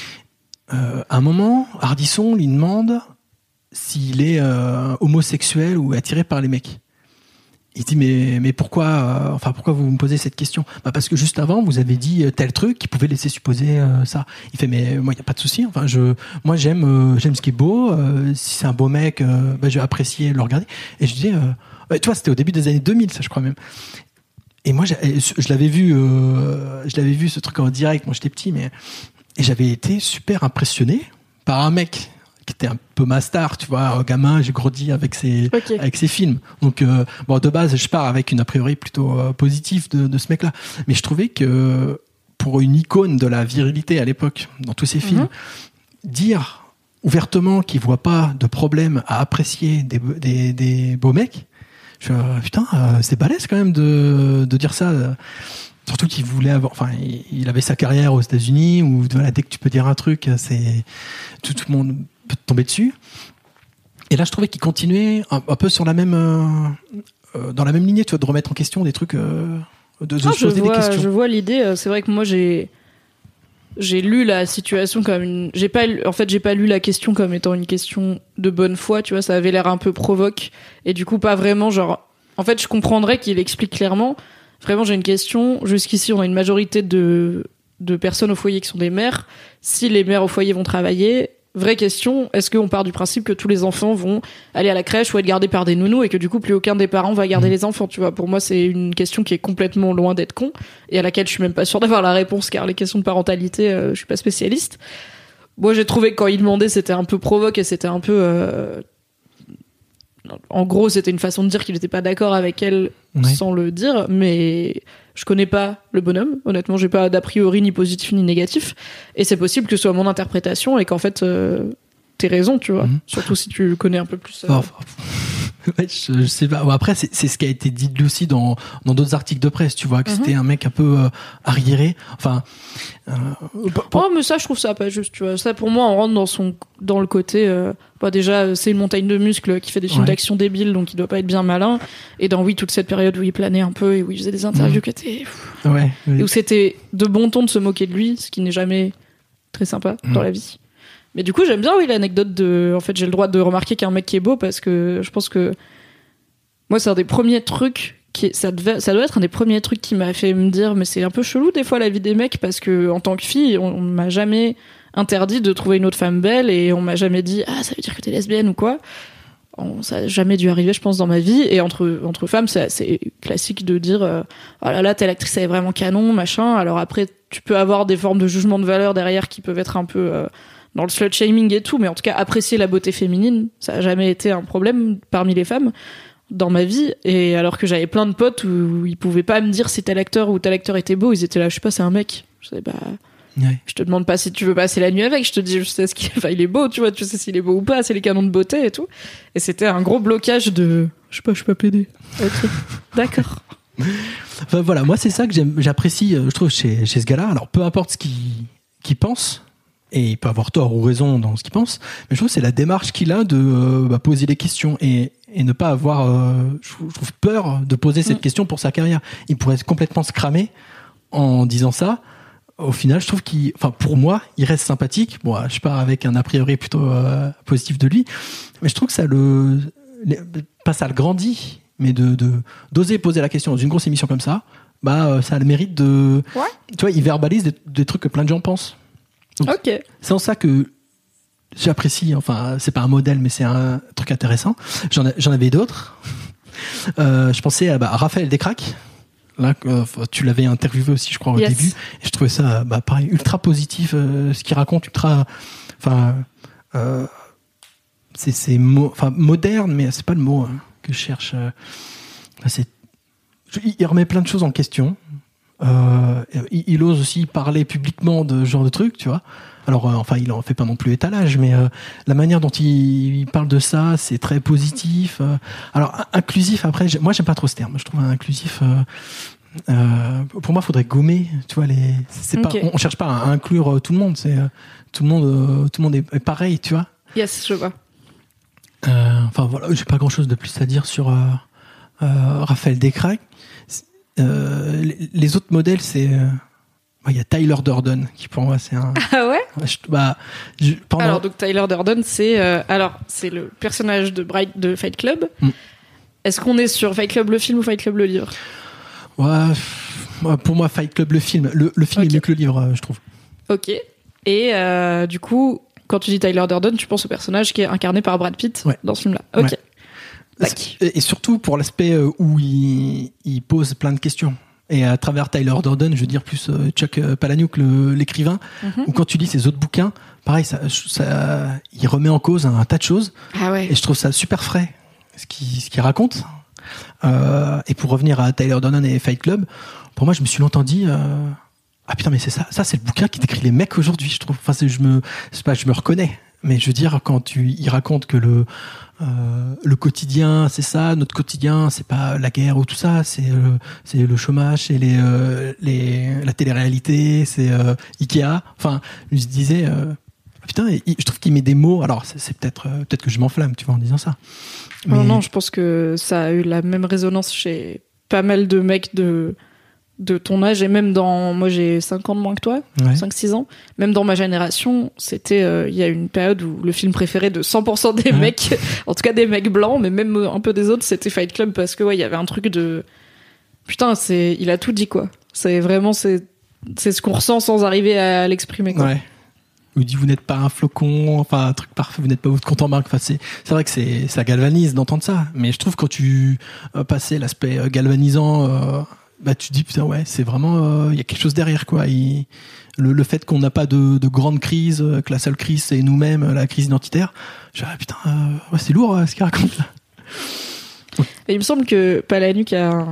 Speaker 4: un moment, Ardisson lui demande s'il est homosexuel ou attiré par les mecs. Il dit mais pourquoi vous me posez cette question? Parce que juste avant vous avez dit tel truc qui pouvait laisser supposer ça. Il fait mais moi il y a pas de souci. Enfin moi j'aime ce qui est beau. Si c'est un beau mec, je vais apprécier le regarder. Et je disais tu vois c'était au début des années 2000 ça je crois même. Et moi je l'avais vu ce truc en direct. Moi j'étais petit et j'avais été super impressionné par un mec qui était un peu ma star, tu vois, un gamin, j'ai grandi avec ses films. Donc, de base, je pars avec une a priori plutôt positive de ce mec-là. Mais je trouvais que, pour une icône de la virilité à l'époque, dans tous ses films, dire ouvertement qu'il voit pas de problème à apprécier des beaux mecs, je fais, putain, c'est balèze quand même de dire ça. Surtout qu'il voulait il avait sa carrière aux États-Unis où voilà, dès que tu peux dire un truc, c'est tout le monde peut te tomber dessus. Et là, je trouvais qu'il continuait un peu sur la même dans la même lignée, tu vois, de remettre en question des trucs, de se poser des questions.
Speaker 3: Je vois l'idée. C'est vrai que moi, j'ai lu la situation comme j'ai pas lu la question comme étant une question de bonne foi, tu vois, ça avait l'air un peu provoque et du coup pas vraiment genre. En fait, je comprendrais qu'il explique clairement. Vraiment, j'ai une question. Jusqu'ici, on a une majorité de personnes au foyer qui sont des mères. Si les mères au foyer vont travailler, vraie question, est-ce qu'on part du principe que tous les enfants vont aller à la crèche ou être gardés par des nounous et que du coup, plus aucun des parents va garder les enfants, tu vois? Pour moi, c'est une question qui est complètement loin d'être con et à laquelle je suis même pas sûre d'avoir la réponse car les questions de parentalité, je suis pas spécialiste. Moi, j'ai trouvé que quand il demandait, c'était un peu provoque et c'était un peu... En gros, c'était une façon de dire qu'il était pas d'accord avec elle sans le dire, mais je connais pas le bonhomme. Honnêtement, j'ai pas d'a priori ni positif ni négatif. Et c'est possible que ce soit mon interprétation et qu'en fait, t'aies raison, tu vois. Surtout si tu connais un peu plus.
Speaker 4: Ouais, je sais pas. Après, c'est ce qui a été dit de lui aussi dans d'autres articles de presse, tu vois, que c'était un mec un peu arriéré. Enfin.
Speaker 3: Oh, mais ça, je trouve ça pas juste, tu vois. Ça, pour moi, on rentre dans le côté. Déjà, c'est une montagne de muscles qui fait des films d'action débiles, donc il doit pas être bien malin. Et dans toute cette période où il planait un peu et où il faisait des interviews qui étaient. Et où c'était de bon ton de se moquer de lui, ce qui n'est jamais très sympa dans la vie. Mais du coup, j'aime bien, l'anecdote de... En fait, j'ai le droit de remarquer qu'un mec qui est beau parce que je pense que... Moi, c'est un des premiers trucs ça doit être un des premiers trucs qui m'a fait me dire mais c'est un peu chelou des fois la vie des mecs parce que en tant que fille, on m'a jamais interdit de trouver une autre femme belle et on m'a jamais dit ça veut dire que t'es lesbienne ou quoi. Ça a jamais dû arriver, je pense, dans ma vie. Et entre femmes, c'est assez classique de dire oh là là, telle actrice elle est vraiment canon, machin. Alors après, tu peux avoir des formes de jugement de valeur derrière qui peuvent être un peu dans le slut shaming et tout, mais en tout cas apprécier la beauté féminine, ça a jamais été un problème parmi les femmes dans ma vie. Et alors que j'avais plein de potes où ils pouvaient pas me dire si tel acteur ou tel acteur était beau, ils étaient là, je sais pas, c'est un mec. Je sais je te demande pas si tu veux passer la nuit avec, je te dis juste il est beau, tu vois, tu sais s'il est beau ou pas, c'est les canons de beauté et tout. Et c'était un gros blocage de je suis pas pédé. Ok, d'accord.
Speaker 4: Enfin, voilà, moi c'est ça que j'apprécie, je trouve, chez ce gars-là. Alors peu importe ce qu'il pense, et il peut avoir tort ou raison dans ce qu'il pense, mais je trouve que c'est la démarche qu'il a de poser des questions et ne pas avoir, je trouve, peur de poser cette question pour sa carrière. Il pourrait complètement se cramer en disant ça. Au final, je trouve pour moi, il reste sympathique. Bon, je pars avec un a priori plutôt positif de lui, mais je trouve que ça pas ça le grandit, mais d'oser poser la question dans une grosse émission comme ça, ça a le mérite de, tu vois, il verbalise des trucs que plein de gens pensent. Donc, c'est en ça que j'apprécie. Enfin, c'est pas un modèle, mais c'est un truc intéressant. J'en avais d'autres. Je pensais à Raphaël Descraques. Là, tu l'avais interviewé aussi, je crois, au début. Et je trouvais ça, pareil, ultra positif. Ce qu'il raconte, c'est moderne, mais c'est pas le mot que je cherche. Il remet plein de choses en question. Il ose aussi parler publiquement de ce genre de trucs, tu vois. Alors, enfin, il en fait pas non plus étalage, mais la manière dont il parle de ça, c'est très positif. Alors, inclusif, après, moi, j'aime pas trop ce terme. Je trouve inclusif... pour moi, faudrait gommer, tu vois, c'est
Speaker 3: Okay.
Speaker 4: pas, on cherche pas à inclure tout le monde, c'est tout le monde est pareil, tu vois.
Speaker 3: Yes, je vois.
Speaker 4: Enfin voilà, j'ai pas grand chose de plus à dire sur Raphaël Descraques. Les autres modèles, c'est il y a Tyler Durden qui pour moi c'est un.
Speaker 3: Ah ouais. Alors donc Tyler Durden, c'est le personnage de Fight Club. Est-ce qu'on est sur Fight Club le film ou Fight Club le livre?
Speaker 4: Ouais, pour moi Fight Club le film. Le film est mieux que le livre, je trouve.
Speaker 3: Ok. Et du coup, quand tu dis Tyler Durden, tu penses au personnage qui est incarné par Brad Pitt dans ce film-là. Ok.
Speaker 4: Ouais. Et surtout pour l'aspect où il pose plein de questions. Et à travers Tyler Durden, je veux dire plus Chuck Palahniuk, l'écrivain, où quand tu lis ses autres bouquins, pareil, ça, il remet en cause un tas de choses.
Speaker 3: Ah ouais.
Speaker 4: Et je trouve ça super frais, ce qu'il raconte. Et pour revenir à Tyler Durden et Fight Club, pour moi, je me suis longtemps dit, ah putain, mais c'est ça c'est le bouquin qui décrit les mecs aujourd'hui, je trouve. Enfin, je me reconnais. Mais je veux dire, quand il raconte que le quotidien, c'est ça, notre quotidien, c'est pas la guerre ou tout ça, c'est le chômage, c'est la télé-réalité, c'est Ikea. Enfin, je me disais, putain, je trouve qu'il met des mots. Alors, c'est peut-être que je m'enflamme, tu vois, en disant ça. Mais...
Speaker 3: Non, je pense que ça a eu la même résonance chez pas mal de mecs de ton âge, et même moi j'ai 5 ans de moins que toi, 5-6 ans, même dans ma génération, c'était il y a une période où le film préféré de 100% des mecs, en tout cas des mecs blancs, mais même un peu des autres, c'était Fight Club, parce que il y avait un truc de putain, il a tout dit quoi. C'est vraiment c'est ce qu'on ressent sans arriver à l'exprimer quoi.
Speaker 4: Ouais. Il dit vous n'êtes pas un flocon, enfin un truc parfait, vous n'êtes pas votre compte en banque. Enfin c'est vrai que ça galvanise d'entendre ça, mais je trouve quand tu passais l'aspect galvanisant, tu te dis putain ouais, c'est vraiment il y a quelque chose derrière quoi. Le fait qu'on n'a pas de grande crise, que la seule crise c'est nous-mêmes, la crise identitaire. Je dis putain ouais, c'est lourd ce qu'il raconte là.
Speaker 3: Et il me semble que Palahniuk a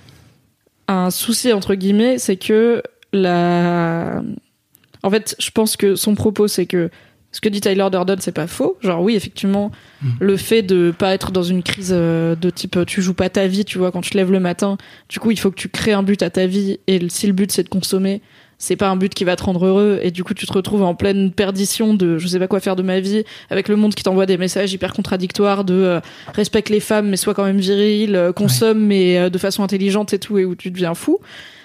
Speaker 3: un souci entre guillemets, c'est que en fait, je pense que son propos, c'est que ce que dit Tyler Durden, c'est pas faux. Genre, oui, effectivement, le fait de pas être dans une crise de type tu joues pas ta vie, tu vois, quand tu te lèves le matin, du coup, il faut que tu crées un but à ta vie, et si le but c'est de consommer, c'est pas un but qui va te rendre heureux, et du coup, tu te retrouves en pleine perdition de je sais pas quoi faire de ma vie, avec le monde qui t'envoie des messages hyper contradictoires de respecte les femmes, mais sois quand même viril, consomme, mais de façon intelligente et tout, et où tu deviens fou.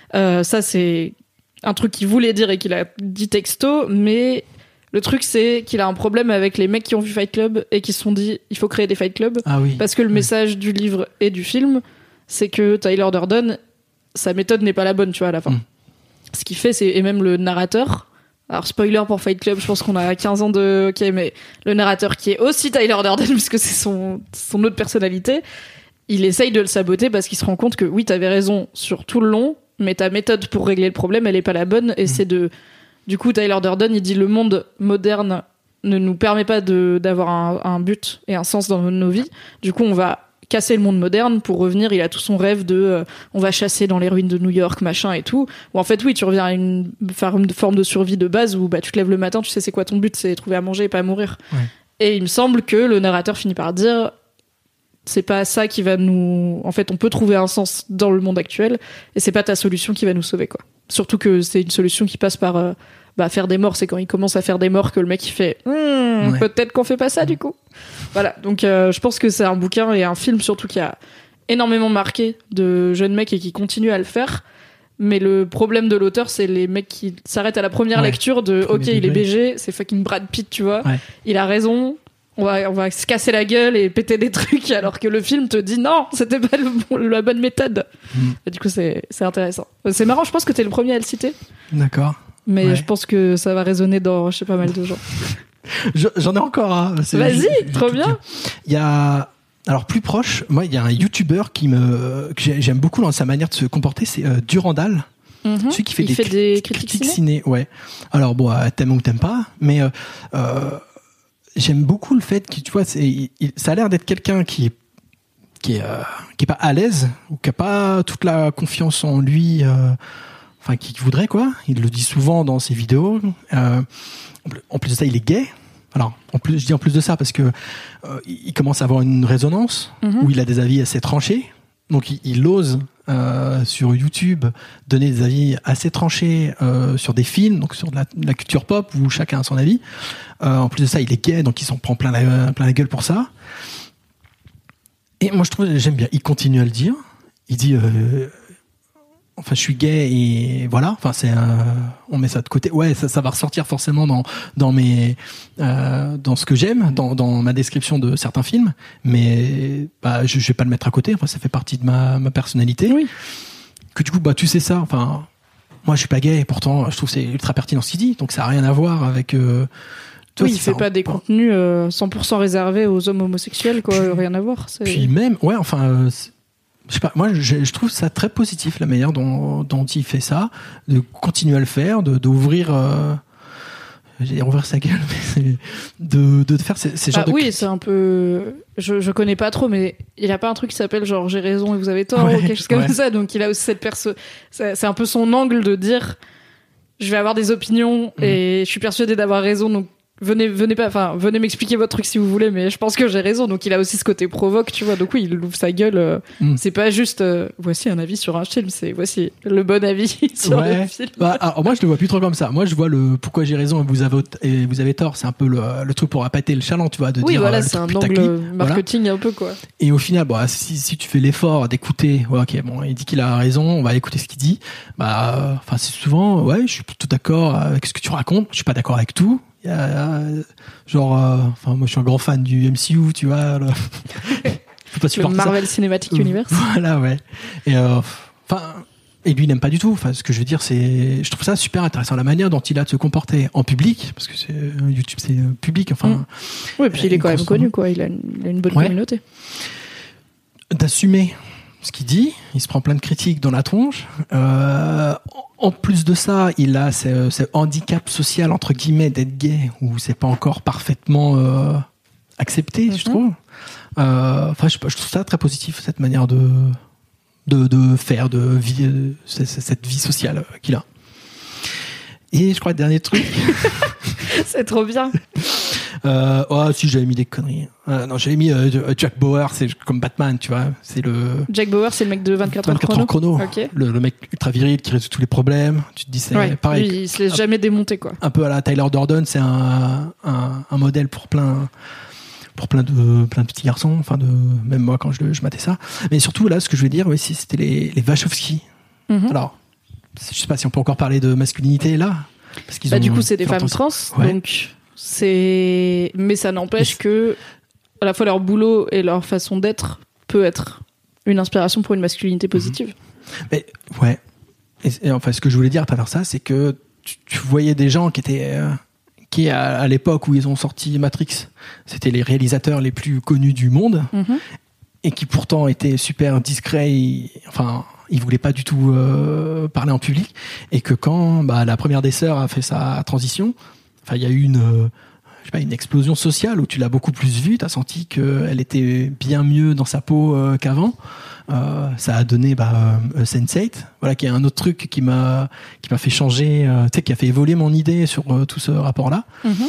Speaker 3: Ça, c'est un truc qu'il voulait dire et qu'il a dit texto, mais le truc c'est qu'il a un problème avec les mecs qui ont vu Fight Club et qui se sont dit il faut créer des Fight Club, parce que le message du livre et du film c'est que Tyler Durden, sa méthode n'est pas la bonne, tu vois, à la fin. Ce qu'il fait, et même le narrateur, alors spoiler pour Fight Club, je pense qu'on a 15 ans de ok, mais le narrateur qui est aussi Tyler Durden puisque c'est son autre personnalité, il essaye de le saboter parce qu'il se rend compte que oui, t'avais raison sur tout le long, mais ta méthode pour régler le problème, elle est pas la bonne, et c'est du coup, Tyler Durden, il dit le monde moderne ne nous permet pas d'avoir un but et un sens dans nos vies. Du coup, on va casser le monde moderne pour revenir. Il a tout son rêve on va chasser dans les ruines de New York, machin et tout. Ou en fait, oui, tu reviens à une forme de survie de base où tu te lèves le matin, tu sais c'est quoi ton but, c'est trouver à manger et pas mourir. Ouais. Et il me semble que le narrateur finit par dire c'est pas ça qui va nous... En fait, on peut trouver un sens dans le monde actuel, et c'est pas ta solution qui va nous sauver, quoi. Surtout que c'est une solution qui passe par faire des morts. C'est quand il commence à faire des morts que le mec il fait peut-être qu'on fait pas ça du coup. Voilà, donc je pense que c'est un bouquin et un film surtout qui a énormément marqué de jeunes mecs et qui continue à le faire. Mais le problème de l'auteur, c'est les mecs qui s'arrêtent à la première lecture de ok, il est BG, c'est fucking Brad Pitt, tu vois. Ouais. Il a raison. On va se casser la gueule et péter des trucs, alors que le film te dit non, c'était pas la bonne méthode. Et du coup, c'est intéressant. C'est marrant, je pense que t'es le premier à le citer.
Speaker 4: D'accord.
Speaker 3: Mais je pense que ça va résonner dans pas mal de gens.
Speaker 4: J'en ai encore, hein.
Speaker 3: Vas-y, trop bien.
Speaker 4: Il y a, alors plus proche, moi, il y a un YouTuber que j'aime beaucoup dans sa manière de se comporter, c'est Durandal. Celui qui fait des critiques ciné. Ouais. Alors bon, t'aimes ou t'aimes pas, mais j'aime beaucoup le fait que tu vois, ça a l'air d'être quelqu'un qui est pas à l'aise, ou qui a pas toute la confiance en lui. qu'il voudrait, quoi. Il le dit souvent dans ses vidéos. En plus de ça, il est gay. Alors, je dis en plus de ça parce que il commence à avoir une résonance où il a des avis assez tranchés. Donc, il ose sur YouTube donner des avis assez tranchés sur des films, donc sur de la culture pop où chacun a son avis. En plus de ça, il est gay, donc il s'en prend plein la gueule pour ça. Et moi, j'aime bien. Il continue à le dire. Il dit, je suis gay et voilà. Enfin, on met ça de côté. Ouais, ça va ressortir forcément dans ce que j'aime, dans ma description de certains films. Mais je vais pas le mettre à côté. Enfin, ça fait partie de ma personnalité. Oui. Que du coup, tu sais ça. Enfin, moi, je suis pas gay. Et pourtant, je trouve que c'est ultra pertinent ce qu'il dit. Donc, ça a rien à voir avec.
Speaker 3: Oui, il fait pas des contenus 100% réservés aux hommes homosexuels, quoi. Rien à voir.
Speaker 4: Puis même, ouais, enfin, je sais pas. Moi, je trouve ça très positif la manière dont il fait ça, de continuer à le faire, d'ouvrir, ouvrir sa gueule, mais de faire ces genres de.
Speaker 3: Oui, c'est un peu. Je connais pas trop, mais il a pas un truc qui s'appelle genre j'ai raison et vous avez tort ou quelque chose comme ça. Donc il a aussi cette c'est un peu son angle de dire je vais avoir des opinions et je suis persuadé d'avoir raison, donc venez m'expliquer votre truc si vous voulez, mais je pense que j'ai raison. Donc il a aussi ce côté provoque, tu vois. Donc oui, il ouvre sa gueule. C'est pas juste voici un avis sur un film, c'est voici le bon avis sur le film.
Speaker 4: Alors moi je le vois plus trop comme ça. Moi je vois le pourquoi j'ai raison et vous avez tort. C'est un peu le truc pour appâter le chaland, tu vois, de dire.
Speaker 3: Voilà, c'est un angle marketing un peu, quoi.
Speaker 4: Et au final, si tu fais l'effort d'écouter, il dit qu'il a raison, on va écouter ce qu'il dit. C'est souvent, je suis plutôt d'accord avec ce que tu racontes. Je suis pas d'accord avec tout. Il y a, moi je suis un grand fan du MCU, tu vois. Je peux pas supporter
Speaker 3: Marvel Cinematic Universe.
Speaker 4: Voilà, ouais. Et lui il n'aime pas du tout. Enfin, ce que je veux dire, je trouve ça super intéressant la manière dont il a de se comporter en public, parce que YouTube c'est public. Enfin.
Speaker 3: Oui, puis il est quand même connu, quoi. Il a une bonne communauté.
Speaker 4: D'assumer ce qu'il dit, il se prend plein de critiques dans la tronche. En plus de ça, il a ce handicap social entre guillemets d'être gay, où c'est pas encore parfaitement accepté, je trouve. Je trouve ça très positif, cette manière de faire, de vie, cette vie sociale qu'il a. Et je crois le dernier truc.
Speaker 3: C'est trop bien.
Speaker 4: Si j'avais mis des conneries. Non, j'avais mis Jack Bauer, c'est comme Batman, tu vois. C'est le.
Speaker 3: Jack Bauer, c'est le mec de 24 heures chrono.
Speaker 4: Okay. Le mec ultra viril qui résout tous les problèmes. Tu te dis, c'est pareil.
Speaker 3: Lui, il se laisse jamais démonter, quoi.
Speaker 4: Un peu à la Tyler Durden, c'est un modèle pour plein de petits garçons. Enfin, même moi quand je matais ça. Mais surtout là, ce que je veux dire, c'était les Wachowski. Alors, je sais pas si on peut encore parler de masculinité là, parce qu'ils
Speaker 3: du coup, c'est des femmes trans, donc. Mais ça n'empêche que à la fois leur boulot et leur façon d'être peut être une inspiration pour une masculinité positive.
Speaker 4: Mais ouais. Et enfin, ce que je voulais dire à travers ça, c'est que tu voyais des gens qui à l'époque où ils ont sorti Matrix, c'était les réalisateurs les plus connus du monde et qui pourtant étaient super discrets. Ils voulaient pas du tout parler en public, et que quand la première des sœurs a fait sa transition. Enfin, il y a eu une explosion sociale où tu l'as beaucoup plus vue, t'as senti qu'elle était bien mieux dans sa peau qu'avant. Ça a donné Sense8, voilà, qui est un autre truc qui m'a fait changer, qui a fait évoluer mon idée sur tout ce rapport-là.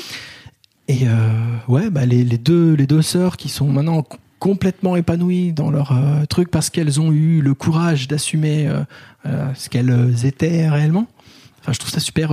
Speaker 4: Et les deux sœurs qui sont maintenant complètement épanouies dans leur truc parce qu'elles ont eu le courage d'assumer ce qu'elles étaient réellement. Enfin, je trouve ça super.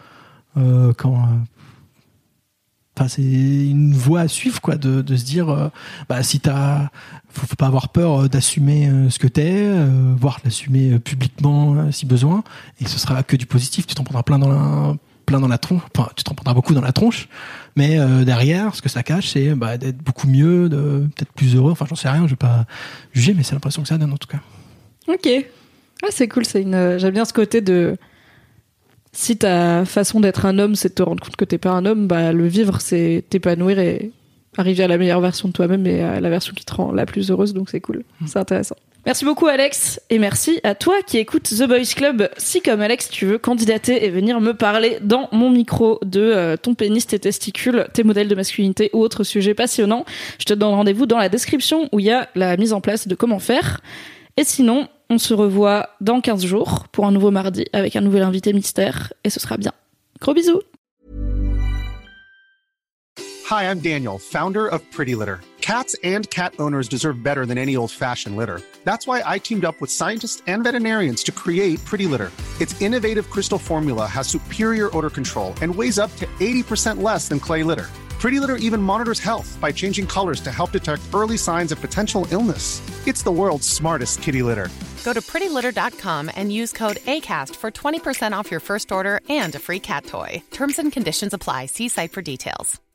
Speaker 4: C'est une voie à suivre, quoi, de se dire si faut pas avoir peur d'assumer ce que t'es, voire l'assumer publiquement si besoin, et ce sera que du positif. Tu t'en prendras plein dans la tronche, enfin tu t'en prendras beaucoup dans la tronche, mais derrière ce que ça cache, c'est d'être beaucoup mieux, peut-être plus heureux. Enfin, j'en sais rien, je vais pas juger, mais c'est l'impression que ça donne en tout cas.
Speaker 3: Ok, c'est cool. J'aime bien ce côté de. Si ta façon d'être un homme, c'est de te rendre compte que t'es pas un homme, le vivre, c'est t'épanouir et arriver à la meilleure version de toi-même et à la version qui te rend la plus heureuse, donc c'est cool. C'est intéressant. Merci beaucoup, Alex, et merci à toi qui écoutes The Boys Club. Si, comme Alex, tu veux candidater et venir me parler dans mon micro de ton pénis, tes testicules, tes modèles de masculinité ou autres sujets passionnants, je te donne rendez-vous dans la description où il y a la mise en place de comment faire. Et sinon, On se revoit dans 15 jours pour un nouveau mardi avec un nouvel invité mystère et ce sera bien. Gros bisous.
Speaker 6: Hi, I'm Daniel, founder of Pretty Litter. Cats and cat owners deserve better than any old-fashioned litter. That's why I teamed up with scientists and veterinarians to create Pretty Litter. Its innovative crystal formula has superior odor control and weighs up to 80% less than clay litter. Pretty Litter even monitors health by changing colors to help detect early signs of potential illness. It's the world's smartest kitty litter.
Speaker 7: Go to prettylitter.com and use code ACAST for 20% off your first order and a free cat toy. Terms and conditions apply. See site for details.